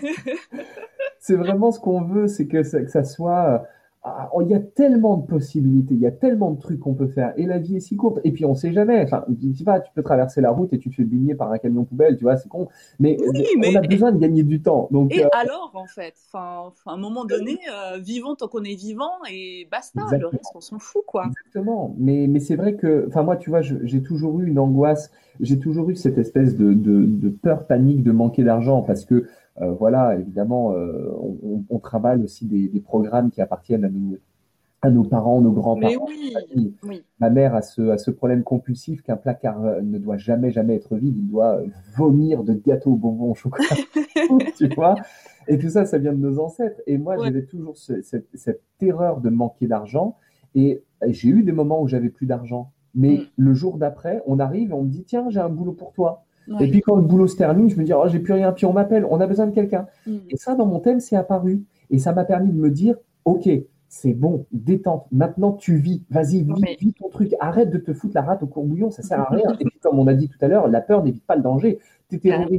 C'est vraiment ce qu'on veut, c'est que ça, que ça soit. euh, ah, oh, il y a tellement de possibilités, il y a tellement de trucs qu'on peut faire, et la vie est si courte. Et puis on sait jamais. Enfin, tu sais pas, tu peux traverser la route et tu te fais bugner par un camion poubelle, tu vois, c'est con. Mais Oui, euh, on mais a besoin de gagner du temps. Donc et euh, alors, en fait, enfin, enfin, à un moment donné, euh, vivons tant qu'on est vivant et basta. Le exactement. reste, on s'en fout, quoi. Exactement, mais, mais c'est vrai que, enfin moi, tu vois, je- j'ai toujours eu une angoisse, j'ai toujours eu cette espèce de, de, de peur panique de manquer d'argent parce que, euh, voilà, évidemment, euh, on, on- on travaille aussi des, des programmes qui appartiennent à nos, à nos parents, nos Mais grands-parents, oui, nos familles. oui. Ma mère a ce, a ce problème compulsif qu'un placard euh, ne doit jamais, jamais être vide, il doit euh, vomir de gâteaux, bonbons, au chocolat, tu vois. Et tout ça, ça vient de nos ancêtres. Et moi, Ouais. j'avais toujours ce- cette, cette terreur de manquer d'argent. Et j'ai eu des moments où j'avais plus d'argent. Mais Mm. le jour d'après, on arrive et on me dit, tiens, j'ai un boulot pour toi. Et Ouais. puis quand le boulot se termine, je me dis, oh, j'ai plus rien. Puis on m'appelle, on a besoin de quelqu'un. Mm. Et ça, dans mon thème, c'est apparu. Et ça m'a permis de me dire, OK, c'est bon, détente. Maintenant, tu vis. Vas-y, vis, Ouais. vis ton truc. Arrête de te foutre la rate au courbouillon, ça sert à rien. Et puis, comme on a dit tout à l'heure, la peur n'évite pas le danger. T'es Ah, terrorisé.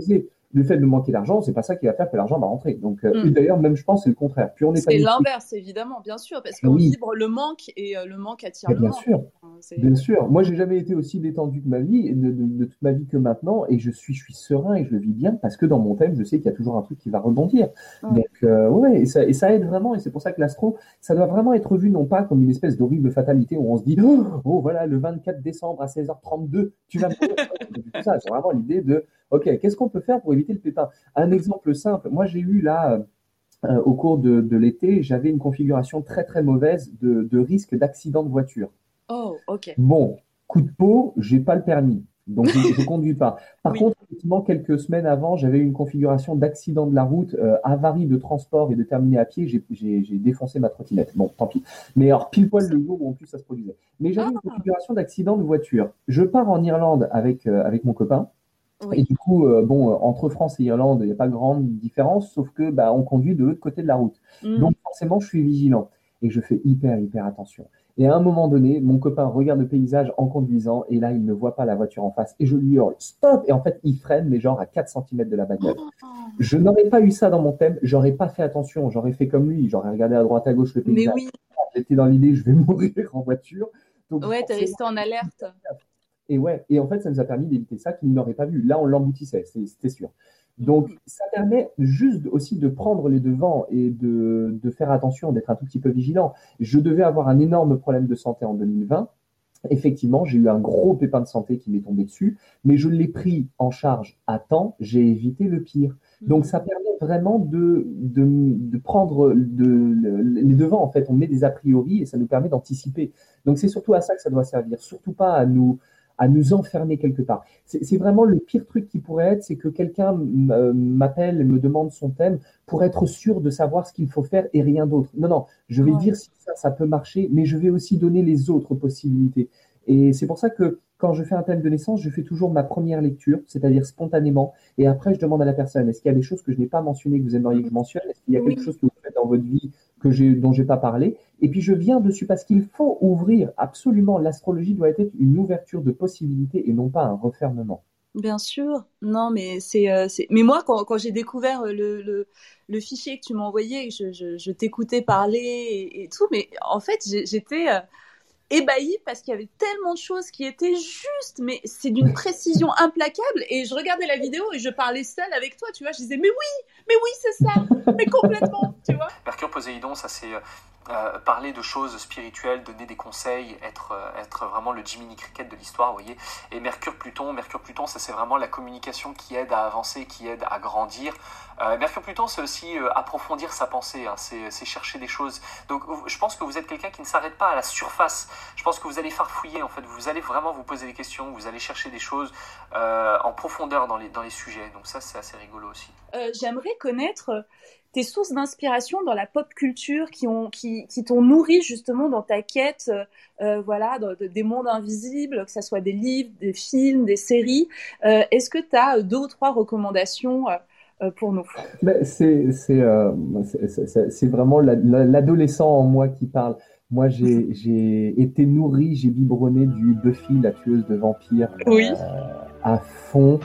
Le fait de manquer d'argent, c'est pas ça qui va faire que l'argent va rentrer. Donc, euh, Mm. et d'ailleurs, même je pense, c'est le contraire. Plus on est C'est paniqué, l'inverse, évidemment, bien sûr, parce qu'on oui, vibre le manque et euh, le manque attire mais le bien manque. sûr, Enfin, bien c'est... sûr. Moi, j'ai jamais été aussi détendu que ma vie, et de, de- de toute ma vie que maintenant, et je suis, je suis serein et je le vis bien parce que dans mon thème, je sais qu'il y a toujours un truc qui va rebondir. Ouais. Donc, euh, ouais, et ça, et ça aide vraiment, et c'est pour ça que l'astro, ça doit vraiment être vu non pas comme une espèce d'horrible fatalité où on se dit, oh, oh, voilà, le vingt-quatre décembre à seize heures trente-deux, tu vas mourir. Non, c'est pas du tout ça. C'est vraiment l'idée de, ok, qu'est-ce qu'on peut faire pour éviter le pépin? Un exemple simple. Moi, j'ai eu là. Euh, au cours de, de l'été, j'avais une configuration très très mauvaise de, de risque d'accident de voiture. Oh, ok. Bon, coup de peau, j'ai pas le permis, donc je, je conduis pas. Par Oui. contre, effectivement, quelques semaines avant, j'avais eu une configuration d'accident de la route, euh, avarie de transport et de terminer à pied. J'ai j'ai- j'ai défoncé ma trottinette. Bon, tant pis. Mais alors, pile poil le jour où en plus ça se produisait. Mais j'avais une Ah, configuration d'accident de voiture. Je pars en Irlande avec, euh, avec mon copain. Et oui. du coup, euh, bon, euh, entre France et Irlande, il n'y a pas grande différence, sauf que bah, on conduit de l'autre côté de la route. Mm. Donc forcément, je suis vigilant et je fais hyper, hyper attention. Et à un moment donné, mon copain regarde le paysage en conduisant et là, il ne voit pas la voiture en face et je lui hurle stop! Et en fait, il freine, mais genre à quatre centimètres de la bagnole. Oh, Je n'aurais pas eu ça dans mon thème, j'aurais pas fait attention, j'aurais fait comme lui, j'aurais regardé à droite à gauche le mais paysage. oui, J'étais dans l'idée, je vais mourir en voiture. Donc ouais, t'es forcément, resté en alerte. et ouais, et en fait, ça nous a permis d'éviter ça qu'il n'aurait pas vu. Là, on l'emboutissait, c'est- c'était sûr. Donc, Mm. ça permet juste aussi de prendre les devants et de, de faire attention, d'être un tout petit peu vigilant. Je devais avoir un énorme problème de santé en deux mille vingt. Effectivement, j'ai eu un gros pépin de santé qui m'est tombé dessus, mais je l'ai pris en charge à temps, j'ai évité le pire. Donc, Mm. ça permet vraiment de, de, de prendre de, le- les devants. En fait, on met des a priori et ça nous permet d'anticiper. Donc, c'est surtout à ça que ça doit servir, surtout pas à nous, à nous enfermer quelque part. C'est c'est vraiment le pire truc qui pourrait être, c'est que quelqu'un m- euh, m'appelle et me demande son thème pour être sûr de savoir ce qu'il faut faire et rien d'autre. Non, non, je vais Ouais. dire si ça, ça peut marcher, mais je vais aussi donner les autres possibilités. Et c'est pour ça que quand je fais un thème de naissance, je fais toujours ma première lecture, c'est-à-dire spontanément, et après je demande à la personne, est-ce qu'il y a des choses que je n'ai pas mentionnées que vous aimeriez que je mentionne? Est-ce qu'il y a quelque Oui. chose que vous faites dans votre vie que j'ai, dont j'ai pas parlé? Et puis je viens dessus parce qu'il faut ouvrir absolument. L'astrologie doit être une ouverture de possibilités et non pas un refermement. Bien sûr. Non, mais c'est, euh, c'est... Mais moi, quand, quand j'ai découvert euh, le, le, le fichier que tu m'as envoyé, je, je, je t'écoutais parler et, et tout, mais en fait, j'ai- j'étais euh, ébahie parce qu'il y avait tellement de choses qui étaient justes, mais c'est d'une précision implacable. Et je regardais la vidéo et je parlais seule avec toi, tu vois. Je disais, mais oui, mais oui, c'est ça, mais complètement, tu vois. Mercure Poséidon, ça c'est euh, parler de choses spirituelles, donner des conseils, être, euh, être vraiment le Jiminy Cricket de l'histoire, vous voyez. Et Mercure Pluton, Mercure Pluton, ça c'est vraiment la communication qui aide à avancer, qui aide à grandir. Euh, Mercure Pluton, c'est aussi euh, approfondir sa pensée, hein, c'est, c'est chercher des choses. Donc je pense que vous êtes quelqu'un qui ne s'arrête pas à la surface. Je pense que vous allez farfouiller, en fait, vous allez vraiment vous poser des questions, vous allez chercher des choses euh, en profondeur dans les, dans les sujets. Donc ça, c'est assez rigolo aussi. Euh, j'aimerais connaître tes sources d'inspiration dans la pop culture qui, ont, qui, qui t'ont nourri justement dans ta quête euh, voilà, dans, de, des mondes invisibles, que ce soit des livres, des films, des séries. Euh, est-ce que tu as deux ou trois recommandations euh, pour nous? Ben, c'est c'est euh, c'est c'est- c'est vraiment la- la- l'adolescent en moi qui parle. Moi, j'ai j'ai été nourri, j'ai biberonné du Buffy, la tueuse de vampires, Oui. euh, à fond.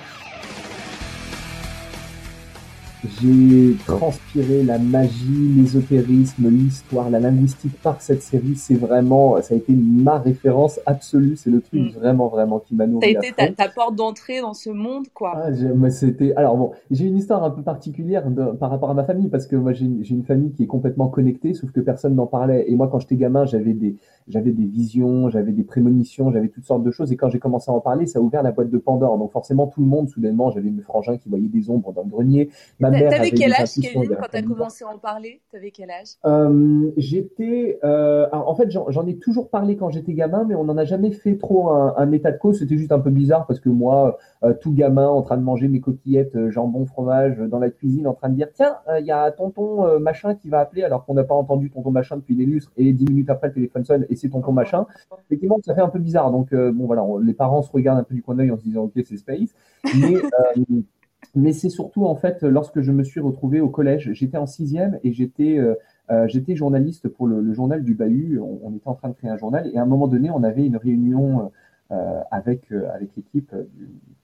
J'ai transpiré la magie, l'ésotérisme, l'histoire, la linguistique par cette série. C'est vraiment, ça a été ma référence absolue. C'est le truc Mm. vraiment, vraiment qui m'a Ça a nourri à été ta, fond. ta porte d'entrée dans ce monde, quoi. Ah, j'ai- moi, c'était. Alors bon, j'ai une histoire un peu particulière de- par rapport à ma famille parce que moi j'ai une, j'ai une famille qui est complètement connectée, sauf que personne n'en parlait. Et moi, quand j'étais gamin, j'avais des, j'avais des visions, j'avais des prémonitions, j'avais toutes sortes de choses. Et quand j'ai commencé à en parler, ça a ouvert la boîte de Pandore. Donc forcément, tout le monde, soudainement, j'avais mes frangins qui voyaient des ombres dans le grenier. Ma T'a- mère T'avais avait quel des âge, intuitions Kevin, quand t'as directement. commencé à en parler? T'avais quel âge? Euh, j'étais, euh, alors, en fait, j'en j'en ai toujours parlé quand j'étais gamin, mais on n'en a jamais fait trop un, un état de cause. C'était juste un peu bizarre parce que moi, euh, tout gamin, en train de manger mes coquillettes, euh, jambon, fromage, euh, dans la cuisine, en train de dire, tiens, euh, il y a tonton euh, machin qui va appeler, alors qu'on n'a pas entendu tonton machin depuis des lustres, et dix minutes après, le téléphone sonne et c'est tonton machin. Effectivement, ça fait un peu bizarre. Donc, euh, bon, voilà, on- les parents se regardent un peu du coin d'œil en se disant, ok, c'est Space. Mais, euh, mais c'est surtout, en fait, lorsque je me suis retrouvé au collège, j'étais en sixième et j'étais euh, euh, j'étais journaliste pour le, le journal du Bahut. On, on était en train de créer un journal et à un moment donné, on avait une réunion euh, avec, euh, avec l'équipe du,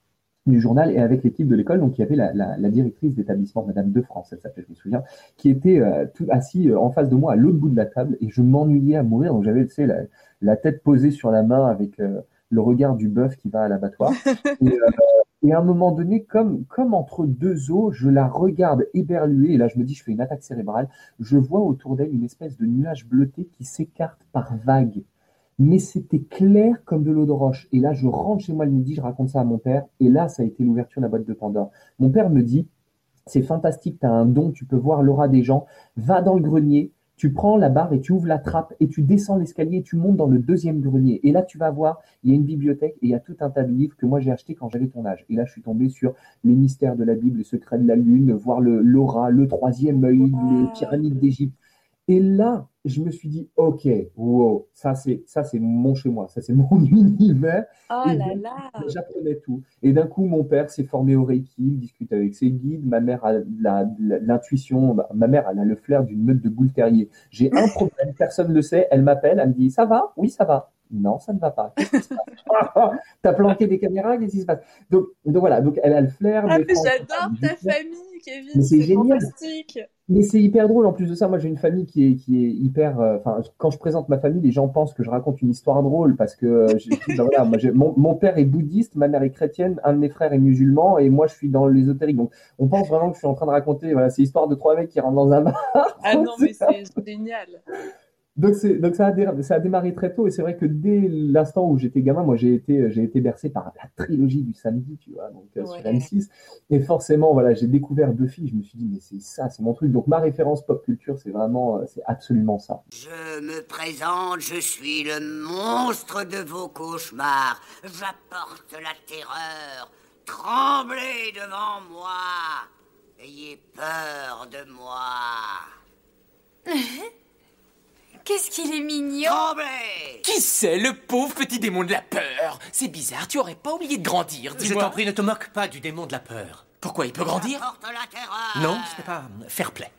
du journal et avec l'équipe de l'école. Donc, il y avait la, la, la directrice d'établissement, Madame De France, elle s'appelait, je me souviens, qui était euh, tout assis euh, en face de moi à l'autre bout de la table et je m'ennuyais à mourir. Donc, j'avais, tu sais, la, la tête posée sur la main avec euh, le regard du bœuf qui va à l'abattoir. Et, euh, et à un moment donné, comme, comme entre deux eaux, je la regarde éberluée et là, je me dis, je fais une attaque cérébrale. Je vois autour d'elle une espèce de nuage bleuté qui s'écarte par vagues. Mais c'était clair comme de l'eau de roche. Et là, je rentre chez moi le midi, je raconte ça à mon père. Et là, ça a été l'ouverture de la boîte de Pandore. Mon père me dit, c'est fantastique, tu as un don, tu peux voir l'aura des gens. Va dans le grenier, tu prends la barre et tu ouvres la trappe et tu descends l'escalier et tu montes dans le deuxième grenier. Et là, tu vas voir, il y a une bibliothèque et il y a tout un tas de livres que moi, j'ai achetés quand j'avais ton âge. Et là, je suis tombé sur les mystères de la Bible, les secrets de la Lune, voir le, l'aura, le troisième œil, les pyramides d'Égypte. Et là, je me suis dit, ok, wow, ça c'est ça c'est mon chez moi, ça c'est mon univers. Oh et là donc, là. j'apprenais tout. Et d'un coup, mon père s'est formé au Reiki, il discute avec ses guides. Ma mère a la, la, l'intuition, ma mère elle a le flair d'une meute de boules terrier. J'ai un problème, personne ne le sait. Elle m'appelle, elle me dit, ça va? Oui, ça va. Non, ça ne va pas. Qu'est-ce qui se passe? T'as planqué des caméras, qu'est-ce qui se passe? Donc, donc voilà, donc elle a le flair. Ah, mais mais quand- j'adore ta famille, Kevin, Mais c'est c'est génial. fantastique. Mais c'est hyper drôle. En plus de ça, moi j'ai une famille qui est qui est hyper. euh, Enfin, quand je présente ma famille, les gens pensent que je raconte une histoire drôle parce que euh, j'ai, ben voilà, moi, j'ai, mon, mon père est bouddhiste, ma mère est chrétienne, un de mes frères est musulman et moi je suis dans l'ésotérique. Donc on pense vraiment que je suis en train de raconter. Voilà, c'est l'histoire de trois mecs qui rentrent dans un bar. Ah non, mais c'est génial. Donc, c'est, donc ça, a dé, ça a démarré très tôt et c'est vrai que dès l'instant où j'étais gamin, moi j'ai été, j'ai été bercé par la trilogie du samedi, tu vois, donc euh, Ouais. sur M six. Et forcément, voilà, j'ai découvert Buffy, je me suis dit, mais c'est ça, c'est mon truc. Donc ma référence pop culture, c'est vraiment, euh, c'est absolument ça. Je me présente, je suis le monstre de vos cauchemars. J'apporte la terreur. Tremblez devant moi. Ayez peur de moi. Qu'est-ce qu'il est mignon! Tremblez. Qui c'est, le pauvre petit démon de la peur? C'est bizarre, tu aurais pas oublié de grandir, Je dis-moi. t'en prie, ne te moque pas du démon de la peur. Pourquoi, il peut grandir? J'apporte la terreur. Non, ce n'est pas fair play.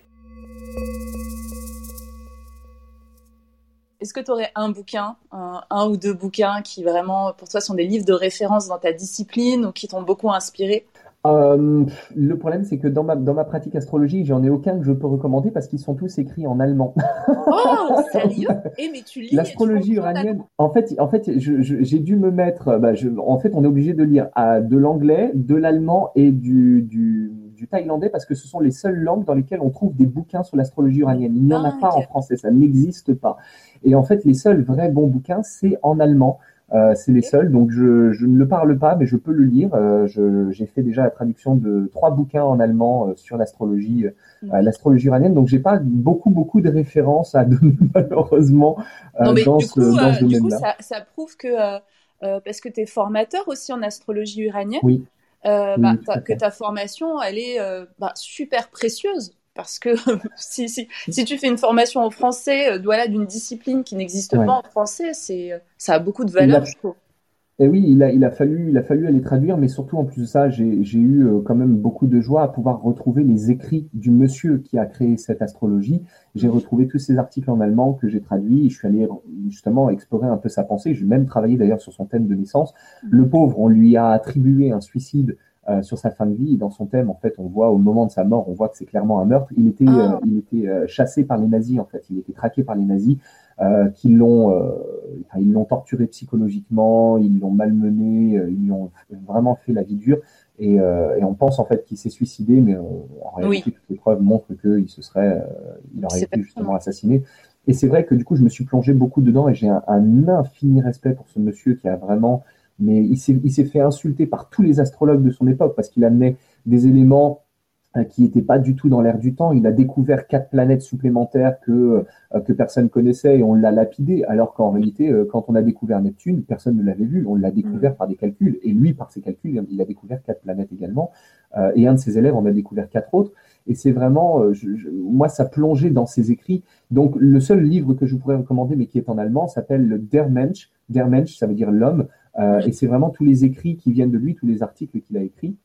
Est-ce que tu aurais un bouquin, un, un ou deux bouquins qui vraiment, pour toi, sont des livres de référence dans ta discipline ou qui t'ont beaucoup inspiré? Euh, le problème, c'est que dans ma, dans ma pratique astrologique, j'en ai aucun que je peux recommander parce qu'ils sont tous écrits en allemand. Oh, sérieux? Eh, mais tu lis et tu L'astrologie comprends la- uranienne, en fait, en fait, je, je- j'ai dû me mettre, bah, je, en fait, on est obligé de lire à, de l'anglais, de l'allemand et du, du, du thaïlandais parce que ce sont les seules langues dans lesquelles on trouve des bouquins sur l'astrologie uranienne. Il n'y en a pas en français, ça n'existe pas. Et en fait, les seuls vrais bons bouquins, c'est en allemand. Euh, c'est les seuls, donc je, je ne le parle pas, mais je peux le lire. Euh, je, j'ai fait déjà la traduction de trois bouquins en allemand euh, sur l'astrologie, euh, l'astrologie uranienne. Donc j'ai pas beaucoup beaucoup de références à donner malheureusement euh, Non, mais dans du ce coup, dans euh, ce du coup domaine-là. ça, ça prouve que, euh, euh, parce que tu es formateur aussi en astrologie uranienne, Oui, euh, oui, bah, tout ta- à que fait. ta formation, elle est euh, bah, super précieuse. Parce que si, si, si tu fais une formation en français, euh, voilà, d'une discipline qui n'existe Ouais. pas en français, c'est, euh, ça a beaucoup de Il a- valeur, je trouve. Et oui, il a, il a fallu, il a fallu aller traduire, mais surtout en plus de ça, j'ai, j'ai eu euh, quand même beaucoup de joie à pouvoir retrouver les écrits du monsieur qui a créé cette astrologie. J'ai retrouvé tous ces articles en allemand que j'ai traduits. Et je suis allé justement explorer un peu sa pensée. J'ai même travaillé d'ailleurs sur son thème de naissance. Le pauvre, on lui a attribué un suicide euh, sur sa fin de vie. Et dans son thème, en fait, on voit au moment de sa mort, on voit que c'est clairement un meurtre. Il était, Ah. euh, il était euh, chassé par les nazis, en fait. Il était traqué par les nazis. Euh, qui l'ont, euh, enfin, ils l'ont torturé psychologiquement, ils l'ont malmené, euh, ils lui ont vraiment fait la vie dure. Et, euh, et on pense en fait qu'il s'est suicidé, mais on- en réalité, Oui. toutes les preuves montrent qu'il se serait, euh, il aurait C'est été pas justement assassiné. Et c'est vrai que du coup, je me suis plongé beaucoup dedans et j'ai un, un infini respect pour ce monsieur qui a vraiment, mais il s'est, il s'est fait insulter par tous les astrologues de son époque parce qu'il amenait des éléments euh, qui n'étaient pas du tout dans l'air du temps. Il a découvert quatre planètes supplémentaires que euh, que personne connaissait et on l'a lapidé, alors qu'en réalité, euh, quand on a découvert Neptune, personne ne l'avait vu. On l'a découvert par des calculs et lui, par ses calculs, il a découvert quatre planètes également. Euh, et un de ses élèves en a découvert quatre autres. Et c'est vraiment, euh, je, je, moi, ça plongeait dans ses écrits. Donc, le seul livre que je pourrais recommander, mais qui est en allemand, s'appelle le Der Mensch. Der Mensch, ça veut dire l'homme. Euh, et c'est vraiment tous les écrits qui viennent de lui, tous les articles qu'il a écrits.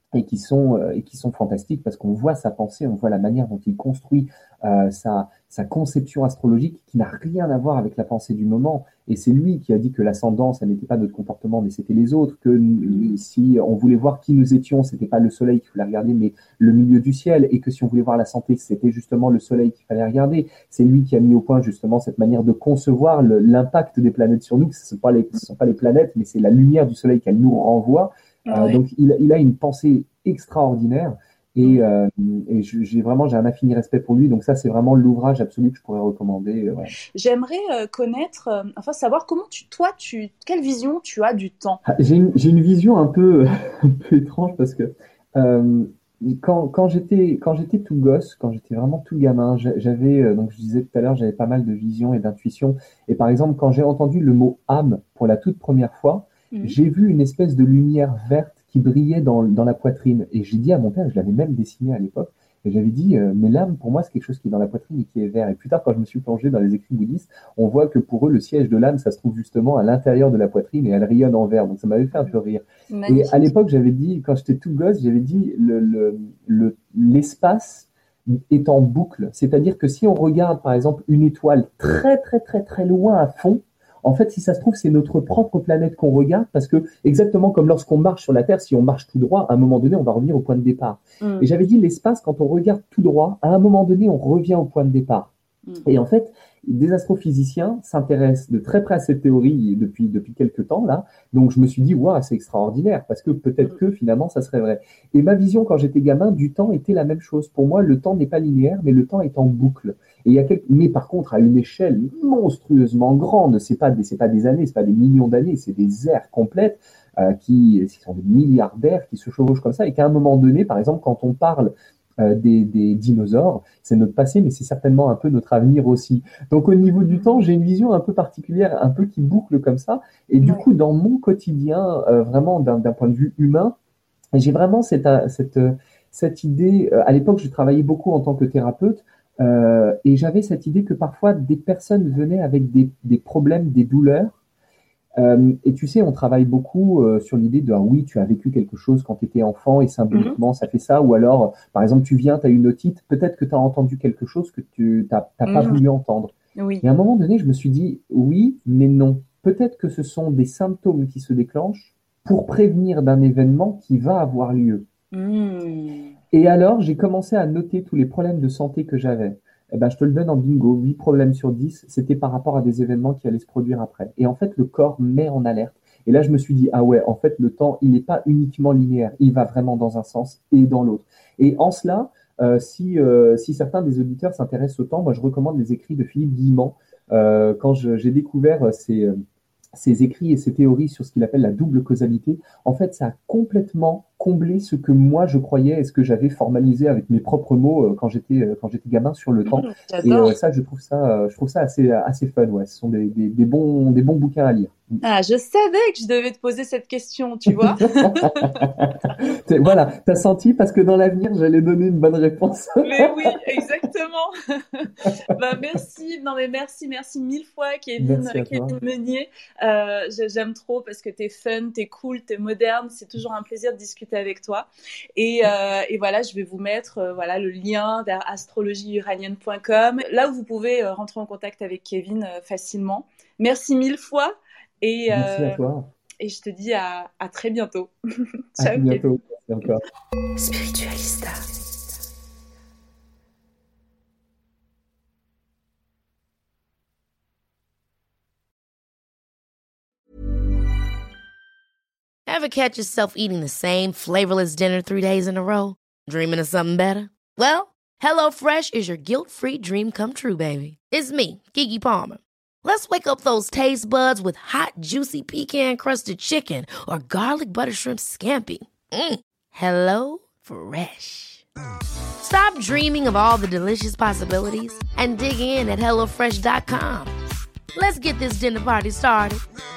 et qui sont euh, et qui sont fantastiques parce qu'on voit sa pensée, on voit la manière dont il construit euh, sa sa conception astrologique qui n'a rien à voir avec la pensée du moment. Et c'est lui qui a dit que l'ascendant, ça n'était pas notre comportement, mais c'était les autres. Que euh, si on voulait voir qui nous étions, c'était pas le soleil qu'il fallait regarder, mais le milieu du ciel. Et que si on voulait voir la santé, c'était justement le soleil qu'il fallait regarder. C'est lui qui a mis au point justement cette manière de concevoir le, l'impact des planètes sur nous. Que ce ne sont pas les, ce sont pas les planètes, mais c'est la lumière du soleil qu'elle nous renvoie. Euh, ouais. Donc il, il a une pensée extraordinaire. Et, euh, et je, j'ai vraiment j'ai un infini respect pour lui, donc ça c'est vraiment l'ouvrage absolu que je pourrais recommander. Ouais. J'aimerais euh, connaître, euh, enfin savoir comment tu, toi, tu, quelle vision tu as du temps. Ah, j'ai une, j'ai une vision un peu, un peu étrange parce que euh, quand, quand j'étais quand j'étais tout gosse, quand j'étais vraiment tout gamin, j'avais euh, donc je disais tout à l'heure j'avais pas mal de visions et d'intuitions. Et par exemple quand j'ai entendu le mot âme pour la toute première fois, mmh. j'ai vu une espèce de lumière verte qui brillait dans, dans la poitrine. Et j'ai dit à mon père, je l'avais même dessiné à l'époque, et j'avais dit, euh, mais l'âme, pour moi, c'est quelque chose qui est dans la poitrine et qui est vert. Et plus tard, quand je me suis plongé dans les écrits bouddhistes, on voit que pour eux, le siège de l'âme, ça se trouve justement à l'intérieur de la poitrine et elle rayonne en vert. Donc ça m'avait fait un peu rire. Magnifique. Et à l'époque, j'avais dit, quand j'étais tout gosse, j'avais dit, le, le, le, l'espace est en boucle. C'est-à-dire que si on regarde, par exemple, une étoile très, très, très, très loin à fond, en fait, si ça se trouve, c'est notre propre planète qu'on regarde parce que, exactement comme lorsqu'on marche sur la Terre, si on marche tout droit, à un moment donné, on va revenir au point de départ. Mm. Et j'avais dit, l'espace, quand on regarde tout droit, à un moment donné, on revient au point de départ. Mm. Et en fait, des astrophysiciens s'intéressent de très près à cette théorie depuis, depuis quelques temps, là. Donc, je me suis dit, waouh, c'est extraordinaire parce que peut-être que finalement, ça serait vrai. Et ma vision, quand j'étais gamin, du temps était la même chose. Pour moi, le temps n'est pas linéaire, mais le temps est en boucle. Et il y a quelques... Mais par contre, à une échelle monstrueusement grande, c'est pas des, c'est pas des années, c'est pas des millions d'années, c'est des ères complètes euh, qui, qui sont des milliards d'ères qui se chevauchent comme ça. Et qu'à un moment donné, par exemple, quand on parle euh, des, des dinosaures, c'est notre passé, mais c'est certainement un peu notre avenir aussi. Donc au niveau du temps, j'ai une vision un peu particulière, un peu qui boucle comme ça. Et du ouais. coup, dans mon quotidien, euh, vraiment d'un, d'un point de vue humain, j'ai vraiment cette, cette, cette idée. Euh, à l'époque, je travaillais beaucoup en tant que thérapeute. Euh, et j'avais cette idée que parfois des personnes venaient avec des, des problèmes, des douleurs. Euh, et tu sais, on travaille beaucoup euh, sur l'idée de ah oui, tu as vécu quelque chose quand tu étais enfant et symboliquement mm-hmm. ça fait ça. Ou alors, par exemple, tu viens, tu as une otite, peut-être que tu as entendu quelque chose que tu n'as mm-hmm. pas voulu entendre. Oui. Et à un moment donné, je me suis dit oui, mais non. Peut-être que ce sont des symptômes qui se déclenchent pour prévenir d'un événement qui va avoir lieu. Mm. Et alors, j'ai commencé à noter tous les problèmes de santé que j'avais. Eh ben, je te le donne en bingo, huit problèmes sur dix, c'était par rapport à des événements qui allaient se produire après. Et en fait, le corps met en alerte. Et là, je me suis dit, ah ouais, en fait, le temps, il n'est pas uniquement linéaire, il va vraiment dans un sens et dans l'autre. Et en cela, euh, si, euh, si certains des auditeurs s'intéressent au temps, moi, je recommande les écrits de Philippe Guillemant. Euh, quand je, j'ai découvert ces... Euh, ses écrits et ses théories sur ce qu'il appelle la double causalité, en fait, ça a complètement comblé ce que moi je croyais et ce que j'avais formalisé avec mes propres mots euh, quand j'étais euh, quand j'étais gamin sur le temps. J'adore. Et euh, ça, je trouve ça, euh, je trouve ça assez assez fun. Ouais, ce sont des, des, des bons des bons bouquins à lire. Ah, je savais que je devais te poser cette question, tu vois. Voilà, t'as senti parce que dans l'avenir, j'allais donner une bonne réponse. Mais oui, exactement. Bah merci, non mais merci, merci mille fois, Kevin, Kevin Meunier. Euh, j'aime trop parce que t'es fun, t'es cool, t'es moderne. C'est toujours un plaisir de discuter avec toi. Et, euh, et voilà, je vais vous mettre euh, voilà le lien vers astrologie uranienne point com, là où vous pouvez euh, rentrer en contact avec Kevin euh, facilement. Merci mille fois. Et, merci euh, à toi. Et je te dis à, à très bientôt. Ciao, à bientôt. Merci encore. Spiritualista. Ever catch yourself eating the same flavorless dinner three days in a row? Dreaming of something better? Well, HelloFresh is your guilt-free dream come true, baby. It's me, Keke Palmer. Let's wake up those taste buds with hot, juicy pecan-crusted chicken or garlic butter shrimp scampi. Mm. Hello Fresh. Stop dreaming of all the delicious possibilities and dig in at hello fresh dot com. Let's get this dinner party started.